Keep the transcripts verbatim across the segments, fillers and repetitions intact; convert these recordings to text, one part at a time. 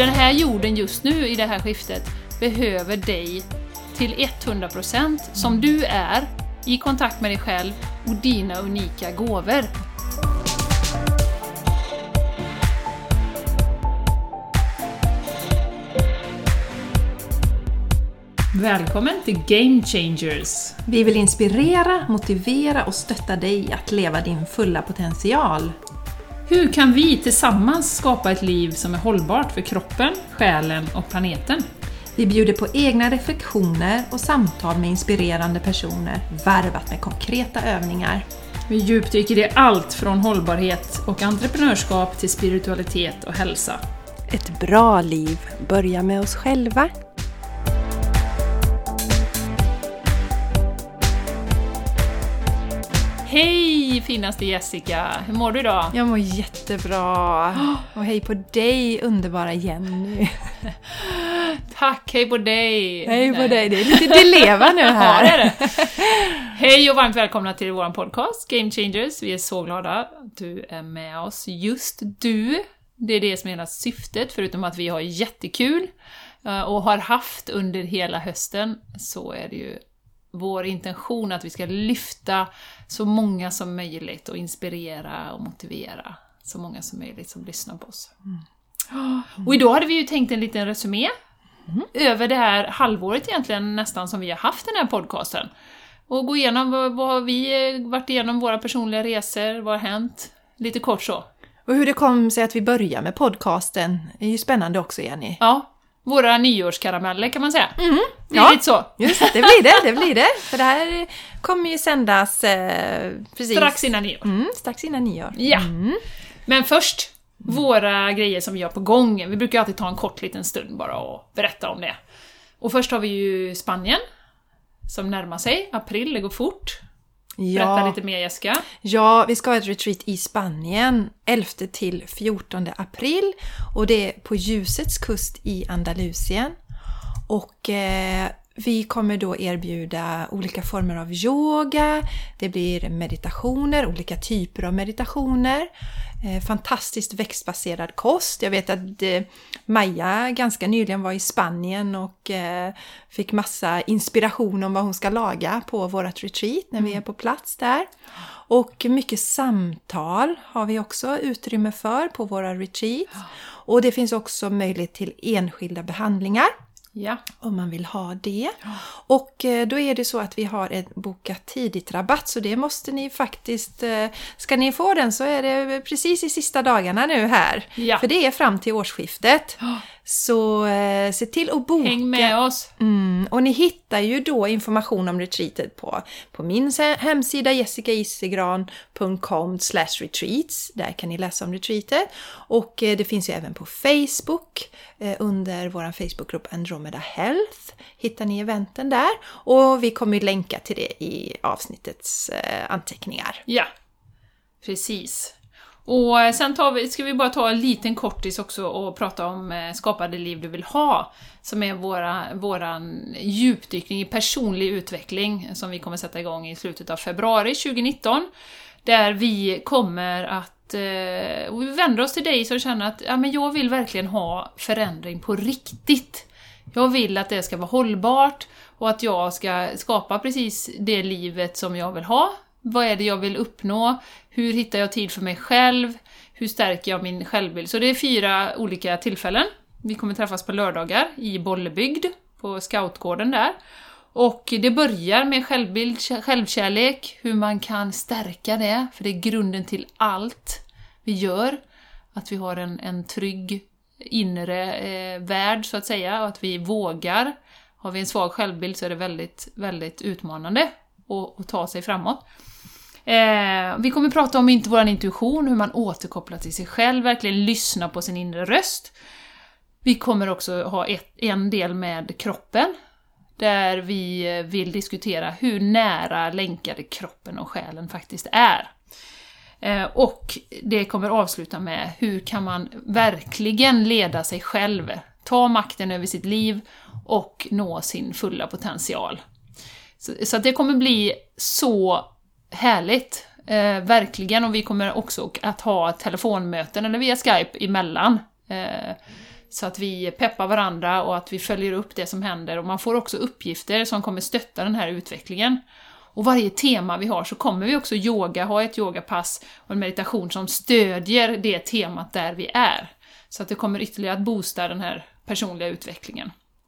den här jorden just nu i det här skiftet behöver dig till hundra procent som du är, i kontakt med dig själv och dina unika gåvor. Välkommen till Game Changers! Vi vill inspirera, motivera och stötta dig att leva din fulla potential. Hur kan vi tillsammans skapa ett liv som är hållbart för kroppen, själen och planeten? Vi bjuder på egna reflektioner och samtal med inspirerande personer, varvat med konkreta övningar. Vi djupdyker i allt från hållbarhet och entreprenörskap till spiritualitet och hälsa. Ett bra liv börjar med oss själva. Hej finaste Jessica, hur mår du idag? Jag mår jättebra. Och hej på dig, underbara Jenny. Tack, hej på dig. Hej på Nej. dig, det är lite dileva nu här. Ja, det är det. Hej och varmt välkomna till vår podcast Game Changers. Vi är så glada att du är med oss. Just du, det är det som är hela syftet, förutom att vi har jättekul och har haft under hela hösten, så är det ju vår intention att vi ska lyfta så många som möjligt och inspirera och motivera så många som möjligt som lyssnar på oss. Mm. Och idag hade vi ju tänkt en liten resumé mm. över det här halvåret egentligen nästan som vi har haft den här podcasten. Och gå igenom vad, vad har vi varit igenom, våra personliga resor, vad har hänt? Lite kort så. Och hur det kom sig att vi börjar med podcasten är ju spännande också, Jenny. Ja. Våra nyårskarameller kan man säga. Mm, ja, lite så. Just det, det blir det, det blir det. För det här kommer ju sändas eh, precis. Strax innan nyår. Mm, strax innan nyår. Ja. Mm. Men först, våra grejer som vi har på gång. Vi brukar alltid ta en kort liten stund bara och berätta om det. Och först har vi ju Spanien, som närmar sig. April, det går fort. Berätta ja. lite mer, Jessica. Ja, vi ska ha ett retreat i Spanien elfte till fjortonde april. Och det är på Ljusets kust i Andalusien. Och eh, vi kommer då erbjuda olika former av yoga. Det blir meditationer, olika typer av meditationer. Eh, fantastiskt växtbaserad kost. Jag vet att eh, Maja ganska nyligen var i Spanien och eh, fick massa inspiration om vad hon ska laga på vårat retreat när mm. vi är på plats där. Och mycket samtal har vi också utrymme för på våra retreats. Och det finns också möjlighet till enskilda behandlingar. Ja. Om man vill ha det. Ja. Och då är det så att vi har en boka tidigt rabatt. Så det måste ni faktiskt... Ska ni få den så är det precis i sista dagarna nu här. Ja. För det är fram till årsskiftet. Ja. Så eh, se till att boka. Häng med oss. Mm, och ni hittar ju då information om retreatet på, på min hemsida jessica isegran punkt com slash retreats. Där kan ni läsa om retreatet. Och eh, det finns ju även på Facebook. Eh, under vår Facebookgrupp Andromeda Health hittar ni eventen där. Och vi kommer ju länka till det i avsnittets eh, anteckningar. Ja, precis. Och sen tar vi, ska vi bara ta en liten kortis också och prata om skapade liv du vill ha, som är våra, våran djupdykning i personlig utveckling som vi kommer sätta igång i slutet av februari tjugonitton, där vi kommer att och vi vänder oss till dig som känner att ja, men jag vill verkligen ha förändring på riktigt. Jag vill att det ska vara hållbart och att jag ska skapa precis det livet som jag vill ha. Vad är det jag vill uppnå? Hur hittar jag tid för mig själv? Hur stärker jag min självbild? Så det är fyra olika tillfällen. Vi kommer träffas på lördagar i Bollebygd, på scoutgården där. Och det börjar med självbild, självkärlek, hur man kan stärka det. För det är grunden till allt vi gör. Att vi har en, en trygg inre eh, värld så att säga. Och att vi vågar. Har vi en svag självbild så är det väldigt, väldigt utmanande att, att ta sig framåt. Eh, vi kommer prata om inte vår intuition, hur man återkopplar till sig själv, verkligen lyssna på sin inre röst. Vi kommer också ha ett, en del med kroppen, där vi vill diskutera hur nära länkade kroppen och själen faktiskt är. Eh, och det kommer avsluta med hur kan man verkligen leda sig själv, ta makten över sitt liv och nå sin fulla potential. Så, så att det kommer bli så härligt, eh, verkligen. Och vi kommer också att ha telefonmöten eller via Skype emellan. Eh, Så att vi peppar varandra och att vi följer upp det som händer. Och man får också uppgifter som kommer stötta den här utvecklingen. Och varje tema vi har så kommer vi också yoga, ha ett yogapass och en meditation som stödjer det temat där vi är. Så att det kommer ytterligare att boosta den här personliga utvecklingen.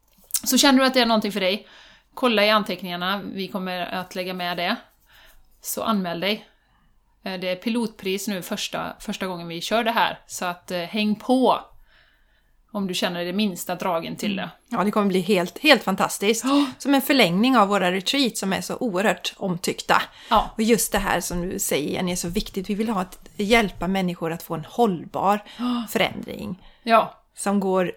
Så känner du att det är någonting för dig, kolla i anteckningarna, vi kommer att lägga med det. Så anmäl dig. Det är pilotpris nu första, första gången vi kör det här, så att eh, häng på om du känner det minsta dragen till det. Ja, det kommer bli helt, helt fantastiskt. Oh. Som en förlängning av våra retreat som är så oerhört omtyckta. Ja. Och just det här som du säger är så viktigt. Vi vill ha att hjälpa människor att få en hållbar oh. förändring. Ja. Som går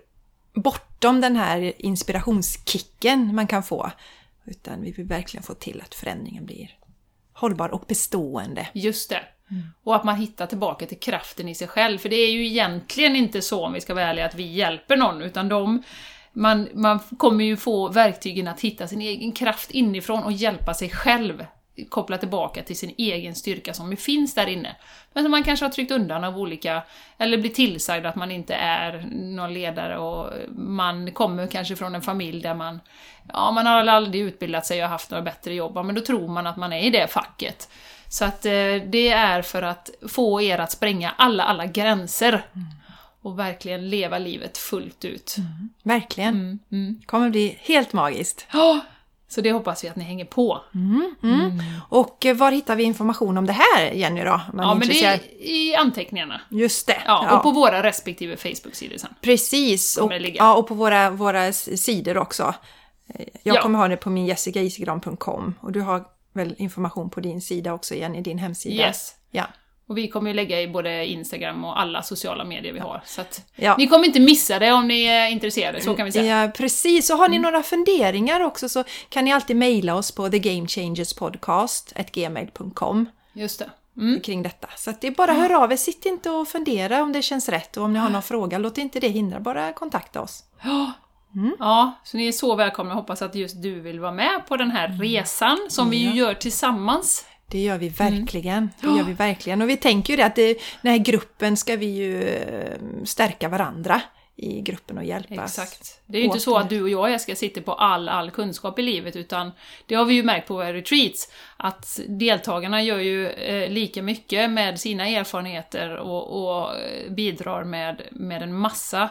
bortom den här inspirationskicken man kan få. Utan vi vill verkligen få till att förändringen blir hållbar och bestående. Just det. Mm. Och att man hittar tillbaka till kraften i sig själv. För det är ju egentligen inte så, om vi ska vara ärliga, att vi hjälper någon. Utan de, man, man kommer ju få verktygen att hitta sin egen kraft inifrån och hjälpa sig själv. Koppla tillbaka till sin egen styrka som finns där inne. Men som man kanske har tryckt undan av olika, eller blir tillsagd att man inte är någon ledare. Och man kommer kanske från en familj där man, ja, man har aldrig utbildat sig och haft några bättre jobb. Men då tror man att man är i det facket. Så att eh, det är för att få er att spränga alla, alla gränser. Mm. Och verkligen leva livet fullt ut. Mm. Verkligen. Mm. Mm. Kommer bli helt magiskt. Ja, så det hoppas vi att ni hänger på. Mm. Mm. Mm. Och var hittar vi information om det här, Jenny, då? Man ja, men det är i anteckningarna. Just det. Ja, och ja. på våra respektive Facebook-sidor sen. Precis. Och, ja, och på våra, våra sidor också. Jag ja. kommer ha det på min jessica isigran punkt com. Och du har väl information på din sida också, Jenny, din hemsida. Yes. Ja. Och vi kommer ju lägga i både Instagram och alla sociala medier vi har. Så att ja. ni kommer inte missa det om ni är intresserade, så kan vi säga. Ja, precis. Så har ni mm. några funderingar också så kan ni alltid mejla oss på the game changers podcast at gmail punkt com. Just det. Mm. Kring detta. Så att det är bara hör av er. Sitt inte och fundera om det känns rätt. Och om ni har någon fråga, låt inte det hindra. Bara kontakta oss. Ja. Mm. Ja, så ni är så välkomna. Jag hoppas att just du vill vara med på den här resan som mm. vi ju gör tillsammans. Det gör vi verkligen. Mm. Det gör vi verkligen. Och vi tänker ju det att det, den här gruppen ska vi ju stärka varandra i gruppen och hjälpa. Exakt. Det är ju inte så att du och jag ska sitta på all, all kunskap i livet, utan det har vi ju märkt på våra retreats att deltagarna gör ju eh, lika mycket med sina erfarenheter och, och bidrar med, med en massa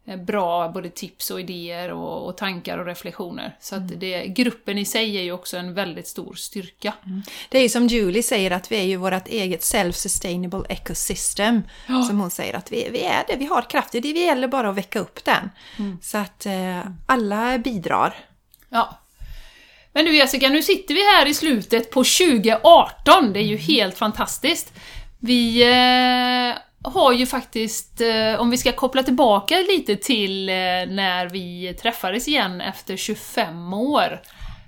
bra både tips och idéer och, och tankar och reflektioner. Så att det, gruppen i sig är ju också en väldigt stor styrka. Mm. Det är ju som Julie säger, att vi är ju vårt eget self-sustainable ecosystem. Ja. Som hon säger, att vi, vi är det, vi har kraft. Det gäller bara att väcka upp den. Mm. Så att eh, alla bidrar. Ja. Men du Jessica, nu sitter vi här i slutet på tjugo arton. Det är ju helt fantastiskt. Vi... Eh, har ju faktiskt, om vi ska koppla tillbaka lite till när vi träffades igen efter tjugofem år.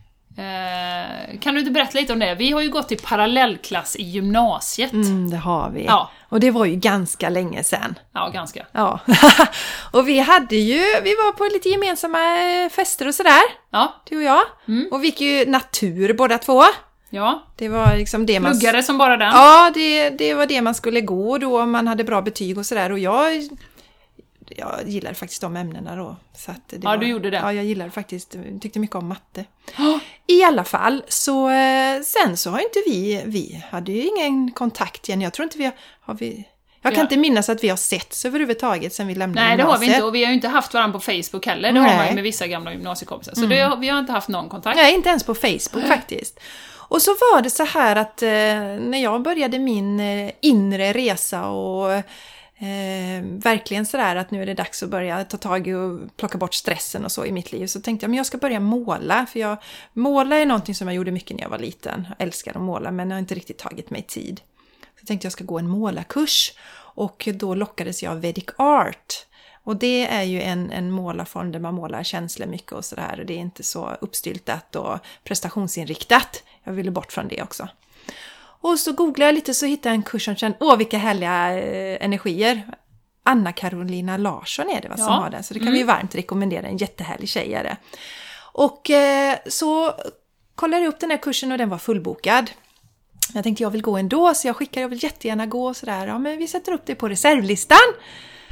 Kan du inte berätta lite om det? Vi har ju gått i parallellklass i gymnasiet. Mm, det har vi. Ja. Och det var ju ganska länge sedan. Ja, ganska. Ja. Och vi hade ju, vi var på lite gemensamma fester och sådär. Ja. Du och jag. Mm. Och vi gick ju natur båda två. Ja, det var liksom det man... Pluggade som bara den. Ja, det, det var det man skulle gå då om man hade bra betyg och sådär. Och jag, jag gillade faktiskt de ämnena då. Så att det ja, var, du gjorde det. Ja, jag gillade faktiskt, tyckte mycket om matte. Oh. I alla fall, så sen så har inte vi, vi hade ju ingen kontakt igen. Jag tror inte vi har... har vi, jag kan ja. inte minnas att vi har setts överhuvudtaget sen vi lämnade Nej, gymnasiet. Det har vi inte. Och vi har ju inte haft varandra på Facebook heller. Det Nej. har man med vissa gamla gymnasiekompisar. Så mm. det, vi har inte haft någon kontakt. Nej, inte ens på Facebook Nej. faktiskt. Och så var det så här att eh, när jag började min eh, inre resa och eh, verkligen sådär att nu är det dags att börja ta tag i och plocka bort stressen och så i mitt liv, så tänkte jag men jag ska börja måla, för jag måla är någonting som jag gjorde mycket när jag var liten. Jag älskar att måla, men jag har inte riktigt tagit mig tid. Så jag tänkte jag ska gå en målarkurs, och då lockades jag av Vedic Art. Och det är ju en, en målarform där man målar känslor mycket och sådär. Det är inte så uppstyltat och prestationsinriktat. Jag ville bort från det också. Och så googlade jag lite, så hittade jag en kurs som kände, åh vilka härliga eh, energier. Anna-Carolina Larsson är det va, som ja. har den. Så det kan mm. vi varmt rekommendera, en jättehärlig tjej är det. Och eh, så kollade jag upp den här kursen och den var fullbokad. Jag tänkte jag vill gå ändå, så jag skickade, jag vill jättegärna gå och sådär. Ja, men vi sätter upp det på reservlistan.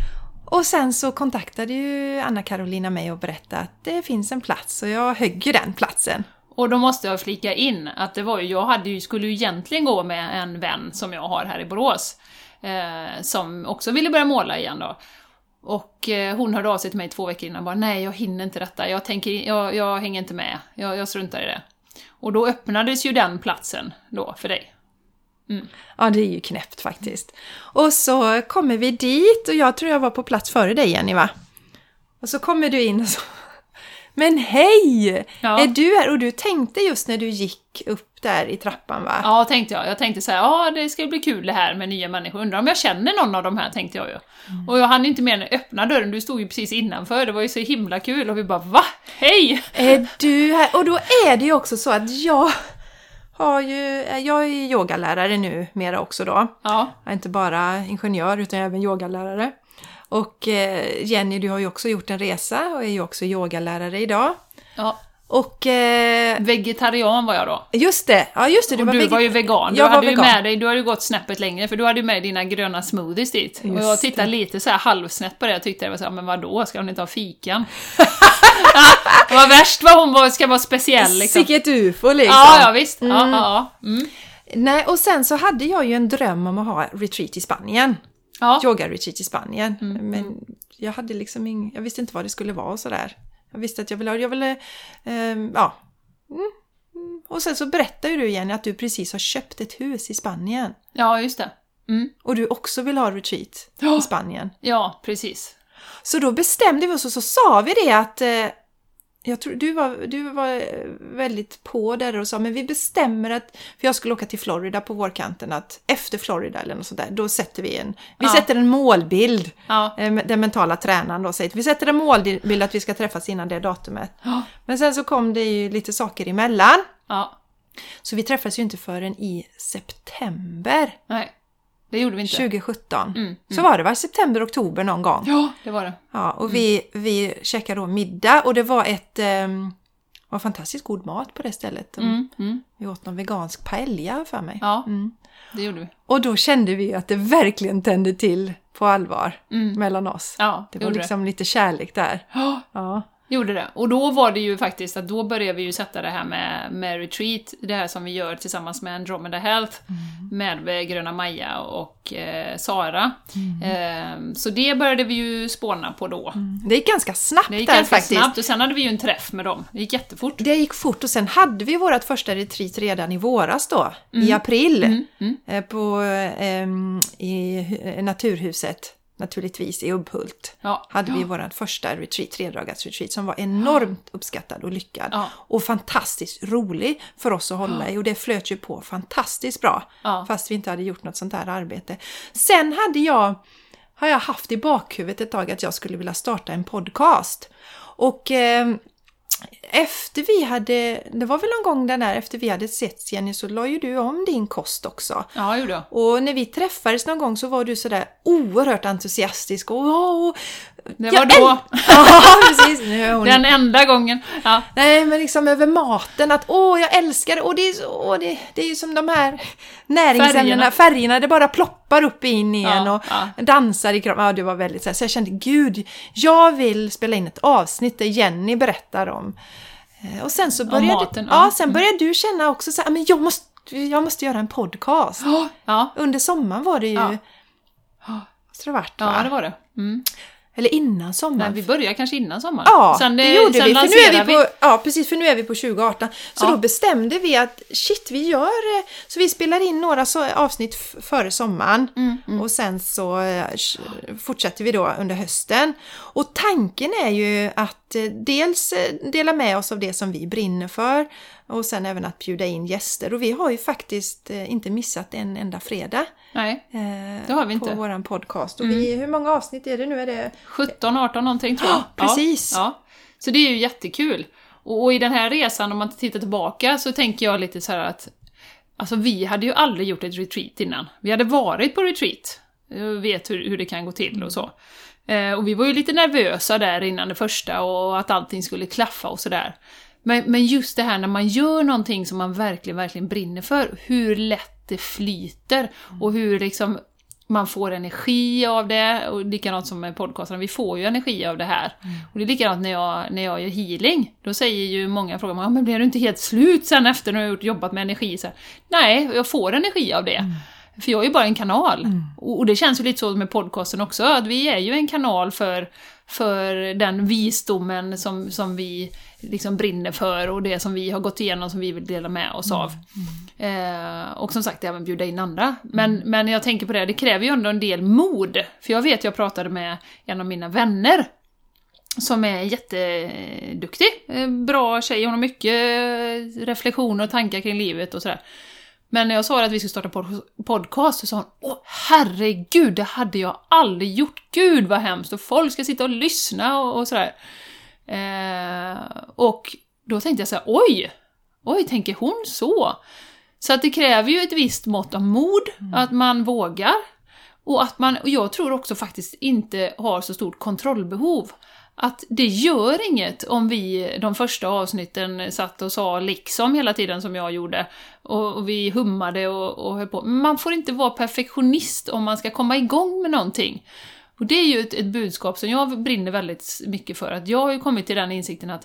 Och sen så kontaktade ju Anna-Carolina mig och berättade att det finns en plats och jag högg ju den platsen. Och då måste jag flika in att det var ju, jag hade ju, skulle ju egentligen gå med en vän som jag har här i Borås. Eh, som också ville börja måla igen då. Och eh, hon hörde av sig till mig två veckor innan och bara, nej jag hinner inte detta, jag, tänker, jag, jag hänger inte med, jag, jag struntar i det. Och då öppnades ju den platsen då för dig. Mm. Ja, det är ju knäppt faktiskt. Och så kommer vi dit och jag tror jag var på plats före dig, Jenny, va? Och så kommer du in och så... Men hej! Ja. Är du här? Och du tänkte just när du gick upp där i trappan, va? Ja, tänkte jag. Jag tänkte så här, ja det ska bli kul det här med nya människor. Undrar om jag känner någon av de här, tänkte jag ju. Mm. Och jag hann inte mer än öppna dörren, du stod ju precis innanför. Det var ju så himla kul och vi bara, va? Hej! Är du här? Och då är det ju också så att jag... Har ju, jag är yogalärare nu mera också då. Ja. Jag är inte bara ingenjör utan även yogalärare. Och Jenny, du har ju också gjort en resa och är ju också yogalärare idag. Ja. Och eh, vegetarian var jag då. Just det. Ja, just det. Du, och var, du veg- var ju vegan. Du jag hade var ju vegan. med dig, du hade ju gått snäppet längre för du hade ju med dina gröna smoothies dit. Just och jag tittade det. lite så här halvsnett på det och tyckte det var så här, men vadå, ska hon inte ha fikan? Det var värst vad hon var, ska vara speciell liksom. Sicket ufo liksom. Ja, ja visst. Mm. Ja, ja, ja. Mm. Nej, och sen så hade jag ju en dröm om att ha retreat i Spanien. Ja. Yoga-retreat i Spanien. Mm. Men jag hade liksom ing- jag visste inte vad det skulle vara och sådär. Jag visste att jag ville ha, jag ville, eh, ja. Mm. Och sen så berättar ju du igen att du precis har köpt ett hus i Spanien. Ja, just det. Mm. Och du också vill ha retreat Ja. i Spanien. Ja, precis. Så då bestämde vi oss och så sa vi det att eh, jag tror du var, du var väldigt på där och sa, men vi bestämmer att, för jag skulle åka till Florida på vårkanten, att efter Florida eller något sånt där, då sätter vi en, vi Ja. sätter en målbild, Ja. eh, den mentala tränaren då säger, vi sätter en målbild att vi ska träffas innan det datumet. Ja. Men sen så kom det ju lite saker emellan, Ja. så vi träffades ju inte förrän i september Nej, det gjorde vi inte. tjugo sjutton. Mm, Så var det, var september, oktober någon gång. Ja, det var det. Ja, och vi, vi käkade då middag och det var ett um, var fantastiskt god mat på det stället. Mm, mm. Vi åt någon vegansk paella för mig. Ja, Mm. det gjorde vi. Och då kände vi att det verkligen tände till på allvar Mm. mellan oss. Ja, Det det var gjorde liksom lite kärlek där. Ja, Ja. gjorde det. Och då var det ju faktiskt att då började vi ju sätta det här med, med retreat, det här som vi gör tillsammans med Andromeda Health, mm. med Gröna Maja och eh, Sara. Mm. Eh, så det började vi ju spåna på då. Mm. Det gick ganska snabbt Det gick där ganska faktiskt. snabbt och sen hade vi ju en träff med dem. Det gick jättefort. Det gick fort och sen hade vi vårt första retreat redan i våras då, Mm. i april, Mm. Mm. eh, på, ehm, i hu- Naturhuset. Naturligtvis i Ubbhult Ja. hade vi ja. vår första retreat, tredagars retreat, som var enormt uppskattad och lyckad. Ja. Och fantastiskt rolig för oss att hålla i. Och det flöt ju på fantastiskt bra. Ja. Fast vi inte hade gjort något sånt här arbete. Sen hade jag, har jag haft i bakhuvudet ett tag att jag skulle vilja starta en podcast. Och eh, efter vi hade, det var väl någon gång den där, efter vi hade sett Jenny, så la ju du om din kost också. Ja, gjorde jag. Och när vi träffades någon gång så var du sådär oerhört entusiastisk. Och, och, Det jag var då. äl- ja, precis. Nu är hon... Den enda gången. Ja. Nej, men liksom över maten. Att åh, jag älskar det. Och det är, så, åh, det, det är ju som de här näringsämnena, färgerna. färgerna. Det bara ploppar upp in i en Ja, och ja. dansar i kroppen. Ja, det var väldigt så här. Så jag kände, gud, jag vill spela in ett avsnitt där Jenny berättar om. Eh, Och sen så började, maten, ja. ja. sen började du känna också så här, men jag måste, jag måste göra en podcast. Ja. Under sommaren var det ju... Ja. Måste det ha varit, va? Ja, det var det. Mm. Eller innan sommaren. Nej, vi började kanske innan sommaren. Ja, sen, det gjorde sen vi. För nu är vi, lanserade på, ja, precis, för nu är vi på tjugo arton. Så Ja. då bestämde vi att shit, vi gör... eh, Så vi spelar in några så, avsnitt f- före sommaren. Mm, mm. Och sen så eh, sh- fortsätter vi då under hösten. Och tanken är ju att eh, dels eh, dela med oss av det som vi brinner för. Och sen även att bjuda in gäster. Och vi har ju faktiskt eh, inte missat en enda fredag. Nej, eh, det har vi inte. På våran podcast. Och vi, hur många avsnitt är det nu? Är det... sjutton arton någonting tror jag. Ja, precis. Ja, ja. Så det är ju jättekul. Och, och i den här resan, om man tittar tillbaka, så tänker jag lite så här att alltså vi hade ju aldrig gjort ett retreat innan. Vi hade varit på retreat. Jag vet hur, hur det kan gå till och så. Eh, och vi var ju lite nervösa där innan det första och att allting skulle klaffa och sådär. Men, men just det här när man gör någonting som man verkligen, verkligen brinner för, hur lätt det flyter och hur liksom man får energi av det, och likadant som med podcasten, vi får ju energi av det här. Mm. Och det är likadant när jag, när jag gör healing. Då säger ju många frågor, men blir du inte helt slut sen efter när du har jobbat med energi? Så här, nej, jag får energi av det. Mm. För jag är ju bara en kanal. Mm. Och, och det känns ju lite så med podcasten också, att vi är ju en kanal för, för den visdomen som, som vi liksom brinner för, och det som vi har gått igenom som vi vill dela med oss av. Mm. Eh, och som sagt, även bjuda in andra. Men, mm. men jag tänker på det, det kräver ju ändå en del mod. För jag vet, jag pratade med en av mina vänner som är jätteduktig. Bra tjej, hon har mycket reflektioner och tankar kring livet och sådär. Men när jag sa att vi skulle starta pod- podcast så sa hon, åh herregud, det hade jag aldrig gjort. Gud vad hemskt, och folk ska sitta och lyssna och, och sådär. Eh, och då tänkte jag så här, oj, oj, tänker hon så? Så att det kräver ju ett visst mått av mod, mm. att man vågar. Och att man, och jag tror också faktiskt inte har så stort kontrollbehov. Att det gör inget om vi de första avsnitten satt och sa liksom hela tiden som jag gjorde. Och, och vi hummade och, och höll på. Man får inte vara perfektionist om man ska komma igång med någonting. Och det är ju ett, ett budskap som jag brinner väldigt mycket för. Att jag har ju kommit till den insikten att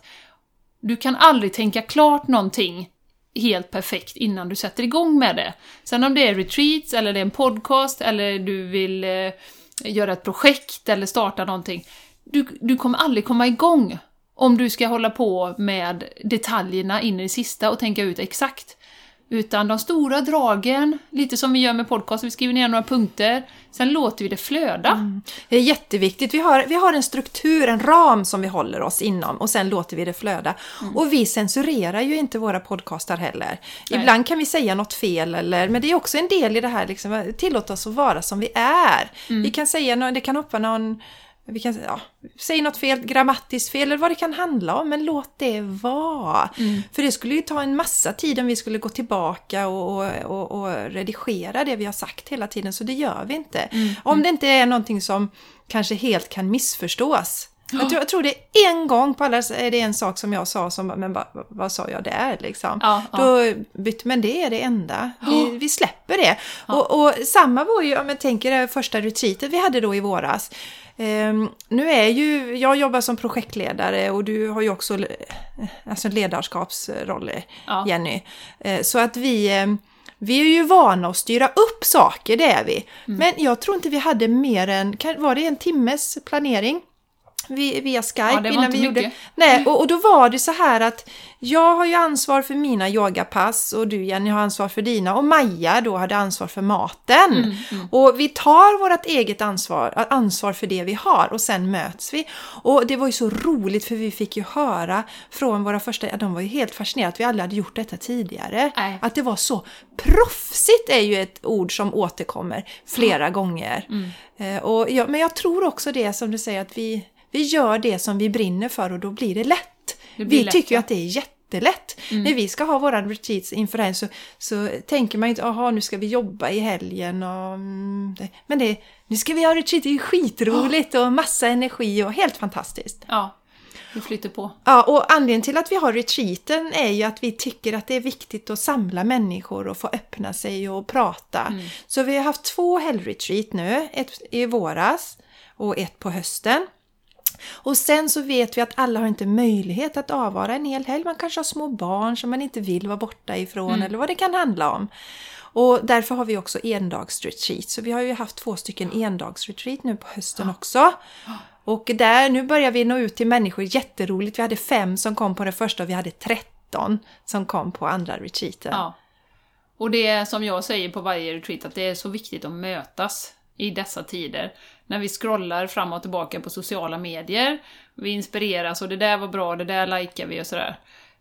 du kan aldrig tänka klart någonting helt perfekt innan du sätter igång med det. Sen om det är retreats eller det är en podcast eller du vill eh, göra ett projekt eller starta någonting. Du, du kommer aldrig komma igång om du ska hålla på med detaljerna in i det sista och tänka ut exakt. Utan de stora dragen, lite som vi gör med podcast, vi skriver ner några punkter, sen låter vi det flöda. Mm. Det är jätteviktigt. Vi har, vi har en struktur, en ram som vi håller oss inom och sen låter vi det flöda. Mm. Och vi censurerar ju inte våra podcastar heller. Nej. Ibland kan vi säga något fel, eller, men det är också en del i det här, liksom, tillåta oss att vara som vi är. Mm. Vi kan säga, det kan hoppa någon... Vi kan ja, säga något fel, grammatiskt fel eller vad det kan handla om, men låt det vara. Mm. För det skulle ju ta en massa tid om vi skulle gå tillbaka och, och, och redigera det vi har sagt hela tiden, så det gör vi inte. Mm. Om det inte är någonting som kanske helt kan missförstås. Oh. Jag, tror, jag tror det är en gång på alla är det en sak som jag sa, som, men vad, vad sa jag där liksom? Ja, ja. Då bytte, men det är det enda. Vi, oh. vi släpper det. Ja. Och, och samma var ju, om jag tänker det första retreatet vi hade då i våras. Um, nu är ju, jag jobbar som projektledare och du har ju också alltså ledarskapsroller, ja. Jenny. Uh, så att vi, um, vi är ju vana att styra upp saker, det är vi. Mm. Men jag tror inte vi hade mer än, var det en timmes planering? Via Skype ja, det var innan vi mycket. gjorde. Nej, och, och då var det så här att jag har ju ansvar för mina yogapass och du, Jenny, har ansvar för dina, och Maja då hade ansvar för maten. Mm, mm. Och vi tar vårt eget ansvar, ansvar för det vi har, och sen möts vi. Och det var ju så roligt, för vi fick ju höra från våra första, de var ju helt fascinerade att vi aldrig hade gjort detta tidigare. Nej. Att det var så proffsigt är ju ett ord som återkommer flera mm. gånger. Mm. Eh, och ja, men jag tror också det som du säger, att vi Vi gör det som vi brinner för, och då blir det lätt. Det blir vi lätt, tycker ju ja. att det är jättelätt. Mm. När vi ska ha våra retreats inför det så, så tänker man inte, aha, nu ska vi jobba i helgen. Och, men det, nu ska vi ha retreat, det är skitroligt oh. och massa energi och helt fantastiskt. Ja, vi flyter på. Ja, och anledningen till att vi har retreaten är ju att vi tycker att det är viktigt att samla människor och få öppna sig och prata. Mm. Så vi har haft två helgretreat nu, ett i våras och ett på hösten. Och sen så vet vi att alla har inte möjlighet att avvara en hel helg. Man kanske har små barn som man inte vill vara borta ifrån mm. eller vad det kan handla om. Och därför har vi också endagsretreat. Så vi har ju haft två stycken endagsretreat nu på hösten ja. också. Och där, nu börjar vi nå ut till människor, jätteroligt. Vi hade fem som kom på det första och vi hade tretton som kom på andra retreaten. Ja. Och det är som jag säger på varje retreat, att det är så viktigt att mötas i dessa tider. När vi scrollar fram och tillbaka på sociala medier. Vi inspireras och det där var bra, det där likar vi och sådär.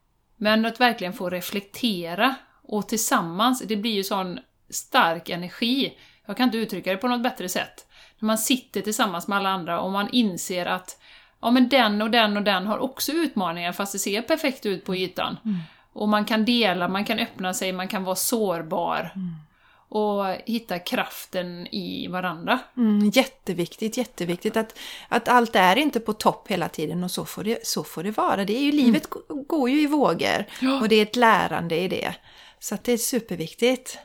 Men att verkligen få reflektera och tillsammans, det blir ju sån stark energi. Jag kan inte uttrycka det på något bättre sätt. När man sitter tillsammans med alla andra och man inser att ja, men den och den och den har också utmaningar fast det ser perfekt ut på ytan. Mm. Och man kan dela, man kan öppna sig, man kan vara sårbar. Mm. Och hitta kraften i varandra. Mm, jätteviktigt, jätteviktigt. Att, att allt är inte på topp hela tiden och så får det, så får det vara. Det är ju, livet mm. går ju i vågor ja. och det är ett lärande i det. Så att det är superviktigt.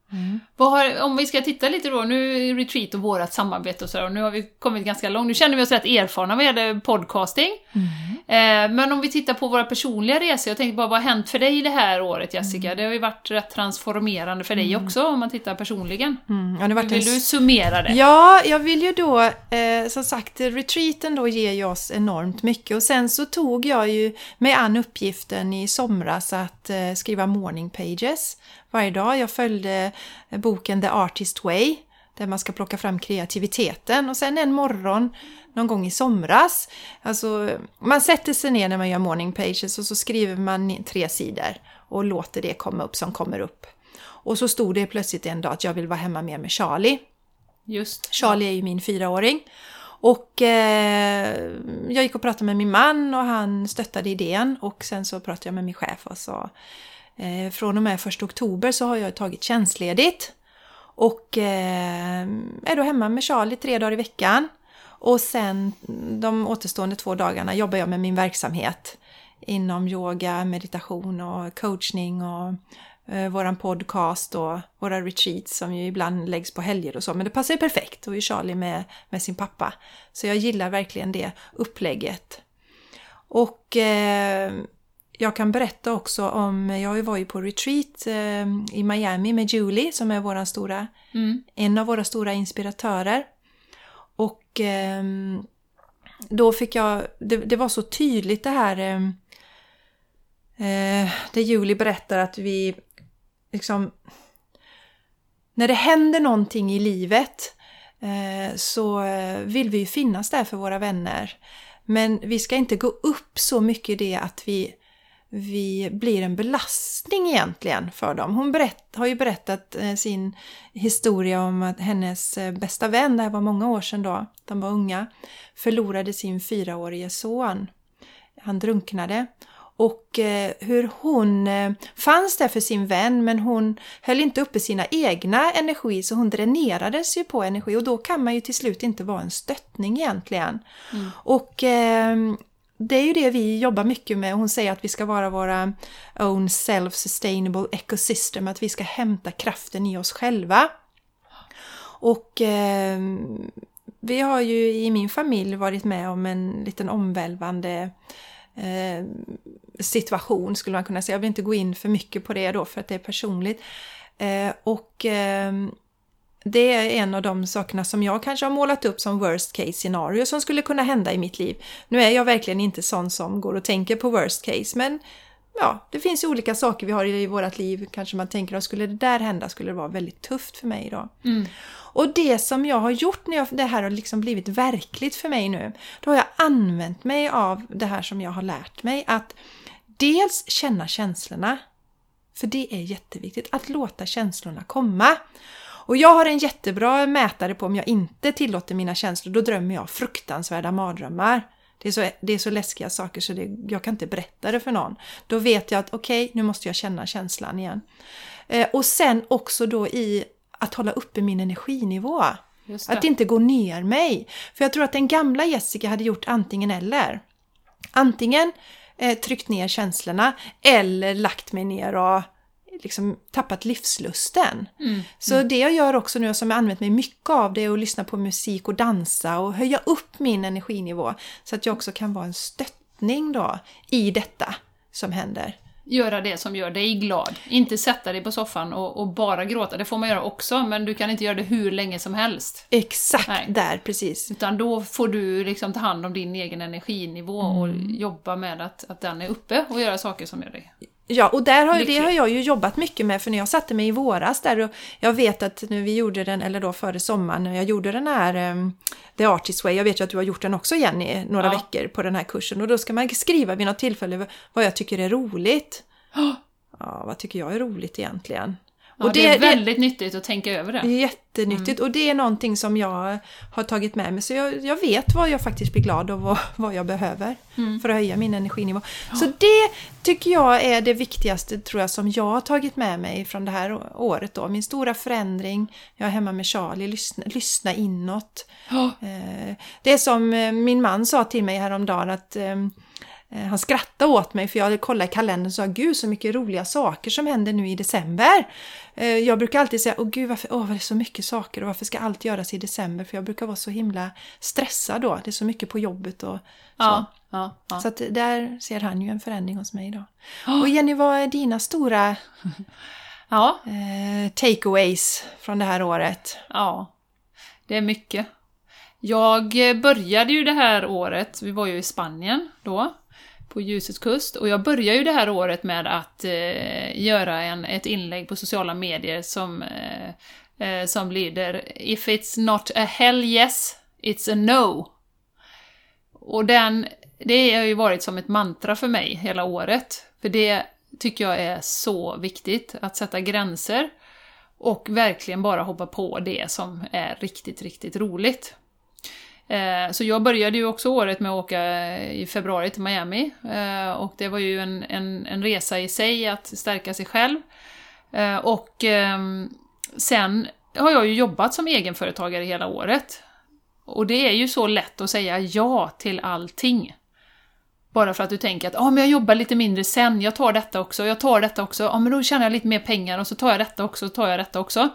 Mm. Vad har, om vi ska titta lite då, nu är retreat och vårat samarbete och så, och nu har vi kommit ganska långt. Nu känner vi oss rätt erfarna vad gäller podcasting. Mm. Eh, men om vi tittar på våra personliga resor, jag tänkte bara, vad har hänt för dig det här året, Jessica? Mm. Det har ju varit rätt transformerande för dig också, om man tittar personligen. Mm. Ja, det varit vill en... du summera det? Ja, jag vill ju då, eh, som sagt, retreaten då ger ju oss enormt mycket. Och sen så tog jag ju med an uppgiften i somras att eh, skriva morning pages varje dag. Jag följde boken The Artist Way, där man ska plocka fram kreativiteten. Och sen en morgon, någon gång i somras, alltså man sätter sig ner när man gör morning pages och så skriver man tre sidor och låter det komma upp som kommer upp. Och så stod det plötsligt en dag att jag vill vara hemma mer med Charlie. Just. Charlie är ju min fyraåring. Och eh, jag gick och pratade med min man och han stöttade idén. Och sen så pratade jag med min chef och sa eh, från och med första oktober så har jag tagit tjänstledigt. Och eh, är då hemma med Charlie tre dagar i veckan. Och sen de återstående två dagarna jobbar jag med min verksamhet. Inom yoga, meditation och coachning och eh, våran podcast och våra retreats som ju ibland läggs på helger och så. Men det passar ju perfekt och är Charlie med, med sin pappa. Så jag gillar verkligen det upplägget. Och eh, jag kan berätta också om, jag var ju på retreat eh, i Miami med Julie som är våran stora, mm. en av våra stora inspiratörer. Och eh, då fick jag, det, det var så tydligt det här, eh, det Julie berättar att vi liksom, när det händer någonting i livet eh, så vill vi ju finnas där för våra vänner. Men vi ska inte gå upp så mycket i det att vi vi blir en belastning egentligen för dem. Hon berätt, har ju berättat eh, sin historia om att hennes eh, bästa vän, det här var många år sedan då, de var unga, förlorade sin fyraårige son. Han drunknade. Och eh, hur hon eh, fanns där för sin vän, men hon höll inte uppe sina egna energi, så hon dränerades ju på energi. Och då kan man ju till slut inte vara en stöttning egentligen. Mm. Och eh, det är ju det vi jobbar mycket med. Hon säger att vi ska vara våra own self-sustainable ecosystem. Att vi ska hämta kraften i oss själva. Och eh, vi har ju i min familj varit med om en liten omvälvande eh, situation skulle man kunna säga. Jag vill inte gå in för mycket på det då för att det är personligt. Eh, och... Eh, Det är en av de sakerna som jag kanske har målat upp som worst case scenario som skulle kunna hända i mitt liv. Nu är jag verkligen inte sån som går och tänker på worst case, men ja, det finns ju olika saker vi har i vårt liv. Kanske man tänker att skulle det där hända skulle det vara väldigt tufft för mig då. Mm. Och det som jag har gjort när jag, det här har liksom blivit verkligt för mig nu, då har jag använt mig av det här som jag har lärt mig. Att dels känna känslorna, för det är jätteviktigt att låta känslorna komma. Och jag har en jättebra mätare på om jag inte tillåter mina känslor. Då drömmer jag fruktansvärda mardrömmar. Det är så, det är så läskiga saker så det, jag kan inte berätta det för någon. Då vet jag att okej, okay, nu måste jag känna känslan igen. Eh, och sen också då i att hålla uppe min energinivå. Att inte gå ner mig. För jag tror att den gamla Jessica hade gjort antingen eller. Antingen eh, tryckt ner känslorna eller lagt mig ner och liksom tappat livslusten. Mm. Så mm. det jag gör också nu som jag använt mig mycket av det är att lyssna på musik och dansa och höja upp min energinivå så att jag också kan vara en stöttning då i detta som händer. Göra det som gör dig glad. Inte sätta dig på soffan och, och bara gråta. Det får man göra också, men du kan inte göra det hur länge som helst. Exakt, Nej. där precis. Utan då får du liksom ta hand om din egen energinivå mm. och jobba med att, att den är uppe och göra saker som gör dig. Ja, och där har, det har jag ju jobbat mycket med, för när jag satte mig i våras där, och jag vet att nu vi gjorde den, eller då före sommaren, när jag gjorde den här um, The Artist Way, jag vet ju att du har gjort den också igen i några ja. veckor på den här kursen, och då ska man skriva vid något tillfälle vad jag tycker är roligt. Oh. Ja, vad tycker jag är roligt egentligen? Ja, och det, det är väldigt det, nyttigt att tänka över det. Det är jättenyttigt mm. och det är någonting som jag har tagit med mig. Så jag, jag vet vad jag faktiskt blir glad och vad, vad jag behöver mm. för att höja min energinivå. Ja. Så det tycker jag är det viktigaste, tror jag, som jag har tagit med mig från det här året då. Min stora förändring, jag är hemma med Charlie, lyssna, lyssna inåt. Ja. Det är som min man sa till mig häromdagen att Han skrattade åt mig för jag hade kollat i kalendern och sa gud så mycket roliga saker som händer nu i december. Jag brukar alltid säga åh gud varför åh, det är så mycket saker och varför ska allt göras i december? För jag brukar vara så himla stressad då. Det är så mycket på jobbet och så. Ja, ja, ja. Så att där ser han ju en förändring hos mig då. Oh. Och Jenny, vad är dina stora ja. eh, takeaways från det här året? Ja, det är mycket. Jag började ju det här året, vi var ju i Spanien då, på Ljusets kust. Och jag började ju det här året med att eh, göra en, ett inlägg på sociala medier som, eh, eh, som lyder If it's not a hell yes, it's a no. Och den, det har ju varit som ett mantra för mig hela året. För det tycker jag är så viktigt, att sätta gränser och verkligen bara hoppa på det som är riktigt, riktigt roligt. Så jag började ju också året med att åka i februari till Miami och det var ju en, en, en resa i sig att stärka sig själv. Och sen har jag ju jobbat som egenföretagare hela året och det är ju så lätt att säga ja till allting. Bara för att du tänker att ah, men jag jobbar lite mindre sen, jag tar detta också, jag tar detta också, ah, men då tjänar jag lite mer pengar och så tar jag detta också, tar jag detta också.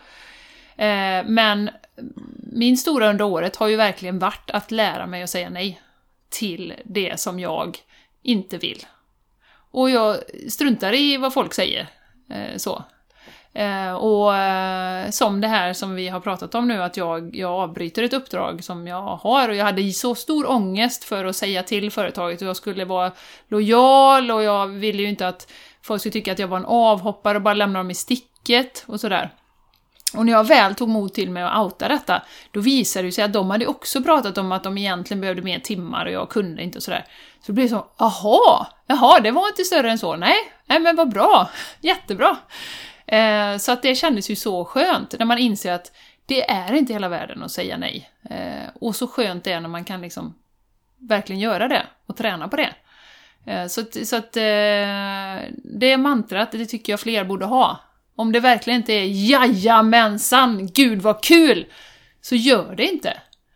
Eh, men min stora under året har ju verkligen varit att lära mig att säga nej till det som jag inte vill. Och jag struntar i vad folk säger. Eh, så. Eh, och eh, som det här som vi har pratat om nu, att jag, jag avbryter ett uppdrag som jag har. Och jag hade så stor ångest för att säga till företaget och jag skulle vara lojal och jag ville ju inte att folk skulle tycka att jag var en avhoppare och bara lämna dem i sticket och sådär. Och när jag väl tog mod till mig att outa detta, då visade det sig att de hade också pratat om att de egentligen behövde mer timmar och jag kunde inte och sådär. Så det blev så, aha, jaha, det var inte större än så. Nej, nej men vad bra, jättebra. Eh, så att det kändes ju så skönt när man inser att det är inte hela världen att säga nej. Eh, och så skönt det är när man kan liksom verkligen göra det och träna på det. Eh, så att, så att eh, det mantrat, det tycker jag fler borde ha. Om det verkligen inte är jajamensan, gud vad kul, så gör det inte.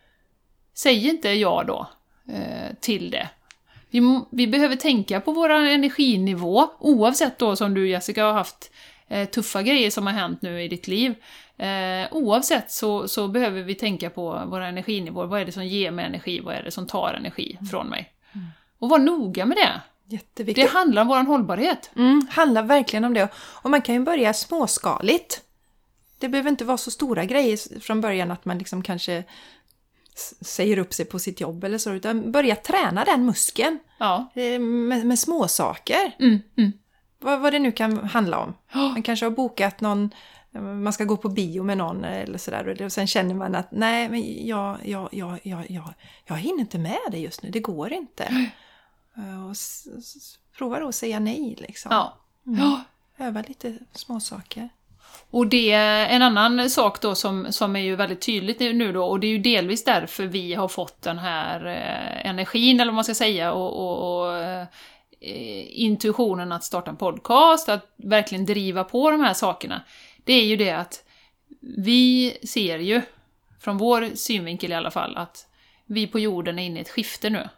Säg inte ja då eh, till det. Vi, vi behöver tänka på vår energinivå, oavsett då som du Jessica har haft eh, tuffa grejer som har hänt nu i ditt liv. Eh, oavsett så, så behöver vi tänka på vår energinivå. Vad är det som ger mig energi? Vad är det som tar energi från mig? Mm. Och var noga med det. Jätteviktigt. Det handlar om vår hållbarhet. Mm, handlar verkligen om det. Och man kan ju börja småskaligt. Det behöver inte vara så stora grejer från början att man liksom kanske säger upp sig på sitt jobb eller så. Utan börja träna den muskeln. Ja. Med, med små saker. Mm, mm. Vad, vad det nu kan handla om. Man kanske har bokat någon, man ska gå på bio med någon eller sådär. Och sen känner man att nej, men jag, jag, jag, jag, jag, jag hinner inte med det just nu. Det går inte. Och s- s- prova då att säga nej liksom. Ja. Mm. Ja. Öva lite små saker. Och det är en annan sak då som, som är ju väldigt tydligt nu då, och det är ju delvis därför vi har fått den här eh, energin eller vad man ska säga och, och, och eh, intuitionen att starta en podcast, att verkligen driva på de här sakerna. Det är ju det att vi ser ju från vår synvinkel i alla fall att vi på jorden är inne i ett skifte nu.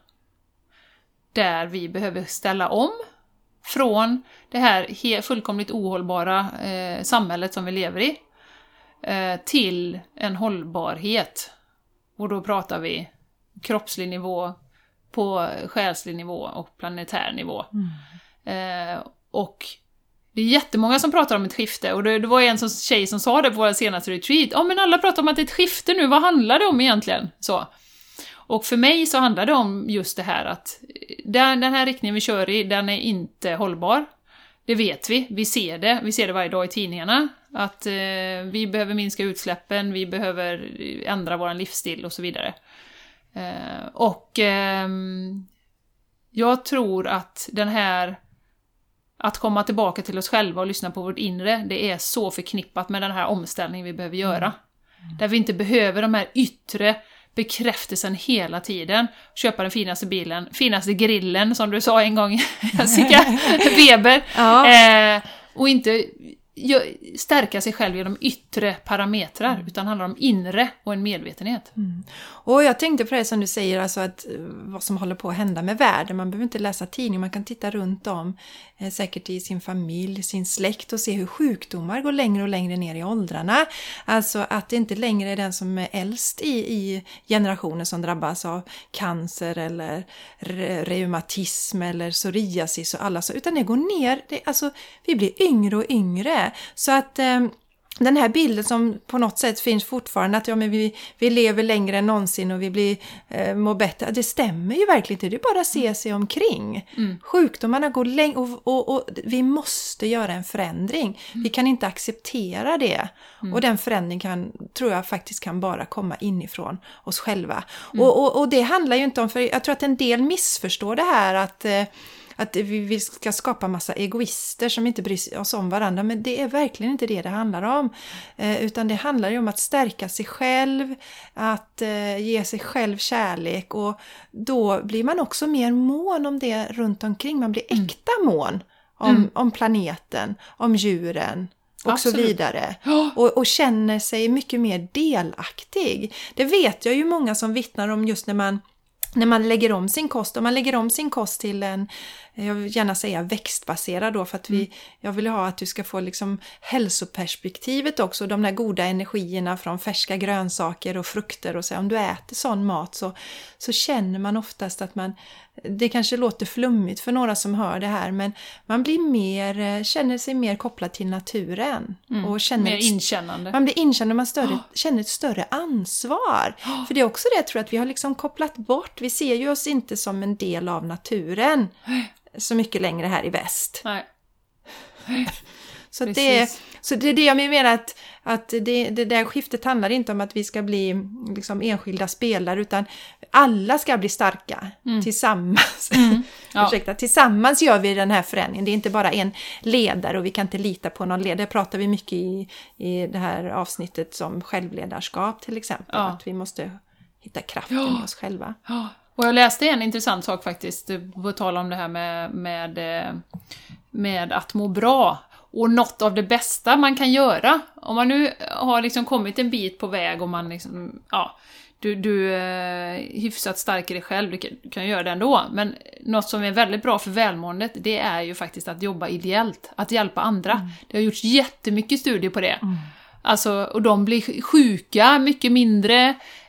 Där vi behöver ställa om från det här fullkomligt ohållbara eh, samhället som vi lever i eh, till en hållbarhet. Och då pratar vi kroppslig nivå, på själslig nivå och planetär nivå. Mm. Eh, och det är jättemånga som pratar om ett skifte. Och det, det var en som, tjej som sa det på vår senaste retreat. Ja, men alla pratar om att det är ett skifte nu. Vad handlar det om egentligen? Så. Och för mig så handlar det om just det här att den, den här riktningen vi kör i, den är inte hållbar. Det vet vi, vi ser det, vi ser det varje dag i tidningarna. Att eh, vi behöver minska utsläppen, vi behöver ändra vår livsstil och så vidare. Eh, och eh, jag tror att den här, att komma tillbaka till oss själva och lyssna på vårt inre, det är så förknippat med den här omställningen vi behöver göra. Mm. Där vi inte behöver de här yttre bekräftelsen hela tiden. Köpa den finaste bilen, finaste grillen som du sa en gång, Jessica Weber. Ja. Eh, och inte stärka sig själv genom yttre parametrar, mm. utan handlar om inre och en medvetenhet. Mm. Och jag tänkte på det som du säger, alltså att vad som håller på att hända med världen. Man behöver inte läsa tidning, man kan titta runt om, eh, säkert i sin familj, sin släkt, och se hur sjukdomar går längre och längre ner i åldrarna. Alltså att det inte längre är den som är äldst i, i generationen som drabbas av cancer eller re- reumatism eller psoriasis och alla så, utan det går ner, det, alltså vi blir yngre och yngre. Så att eh, den här bilden som på något sätt finns fortfarande, att ja, men vi, vi lever längre än någonsin och vi blir, eh, mår bättre, det stämmer ju verkligen inte. Det är bara att se sig omkring. Mm. Sjukdomarna går längre och, och, och vi måste göra en förändring. Mm. Vi kan inte acceptera det. Mm. Och den förändringen kan, tror jag faktiskt kan bara komma inifrån oss själva. Mm. Och, och, och det handlar ju inte om, för jag tror att en del missförstår det här att eh, att vi ska skapa massa egoister som inte bryr oss om varandra. Men det är verkligen inte det det handlar om. Eh, utan det handlar ju om att stärka sig själv. Att eh, ge sig själv kärlek. Och då blir man också mer mån om det runt omkring. Man blir äkta mån om, mm. om planeten, om djuren. Och Absolut. Så vidare. Och, och känner sig mycket mer delaktig. Det vet jag ju många som vittnar om just när man När man lägger om sin kost, om man lägger om sin kost till en, jag vill gärna säga växtbaserad då, för att vi, mm. jag vill ha att du ska få liksom hälsoperspektivet också, de där goda energierna från färska grönsaker och frukter och så. Om du äter sån mat så, så känner man oftast att man, det kanske låter flummigt för några som hör det här, men man blir mer, känner sig mer kopplad till naturen. Mm. Och känner mer ett, inkännande. Man blir inkännande och man större, oh. känner ett större ansvar. Oh. För det är också det jag tror att vi har liksom kopplat bort. Vi ser ju oss inte som en del av naturen så mycket längre här i väst. Nej. Så, det, så det är det jag menar, att, att det, det där skiftet handlar inte om att vi ska bli liksom enskilda spelare, utan alla ska bli starka mm. tillsammans. Mm. Ja. Ursäkta, tillsammans gör vi den här förändringen. Det är inte bara en ledare och vi kan inte lita på någon ledare. Det pratar vi mycket i, i det här avsnittet som självledarskap till exempel. Ja. Att vi måste hitta kraften ja. i oss själva. Ja. Och jag läste en intressant sak faktiskt, på tal om det här med, med, med att må bra. Och något av det bästa man kan göra, om man nu har liksom kommit en bit på väg och man liksom, ja, du, du är hyfsat stark i dig själv, du kan, du kan göra det ändå. Men något som är väldigt bra för välmåendet, det är ju faktiskt att jobba ideellt, att hjälpa andra. Mm. Det har gjorts jättemycket studier på det. Mm. Alltså, och de blir sjuka mycket mindre,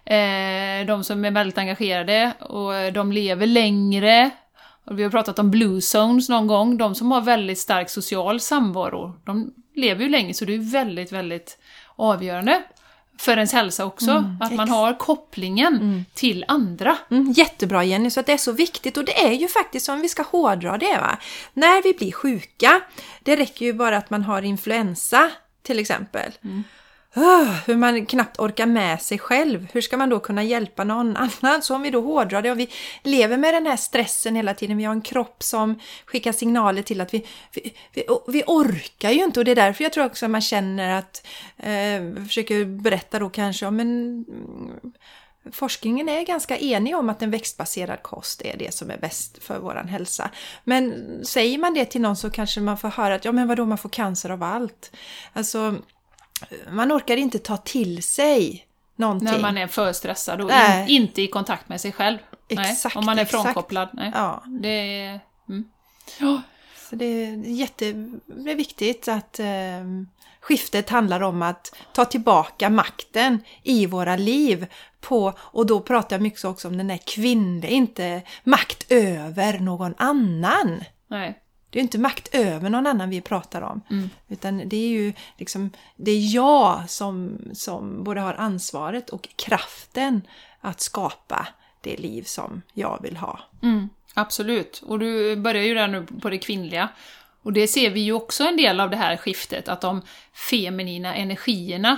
eh, de som är väldigt engagerade, och de lever längre. Och vi har pratat om blue zones någon gång, de som har väldigt stark social samvaro, de lever ju länge, så det är väldigt, väldigt avgörande för ens hälsa också, mm, att man har kopplingen mm. till andra. Mm, jättebra Jenny, så att det är så viktigt, och det är ju faktiskt, om vi ska hårdra det va, när vi blir sjuka, det räcker ju bara att man har influensa till exempel. Mm. Uh, hur man knappt orkar med sig själv. Hur ska man då kunna hjälpa någon annan? Så om vi då hårdrar det och vi lever med den här stressen hela tiden. Vi har en kropp som skickar signaler till att vi, vi, vi, vi orkar ju inte. Och det är därför jag tror också att man känner att eh, försöker berätta då kanske om en... Forskningen är ganska enig om att en växtbaserad kost är det som är bäst för våran hälsa. Men säger man det till någon så kanske man får höra att ja men vadå, man får cancer av allt. Alltså... Man orkar inte ta till sig någonting. När man är för stressad och in, inte i kontakt med sig själv. Exakt, nej. Om man är exakt. frånkopplad. Nej. Ja. Det är... Mm. Ja. Så det är jätte, det är viktigt att eh, skiftet handlar om att ta tillbaka makten i våra liv. På, och då pratar jag mycket också om den här kvinnliga, inte makt över någon annan. Nej. Det är inte makt över någon annan vi pratar om. Mm. Utan det är ju liksom, det är jag som, som både har ansvaret och kraften att skapa det liv som jag vill ha. Mm, absolut. Och du börjar ju där nu på det kvinnliga. Och det ser vi ju också en del av det här skiftet. Att de feminina energierna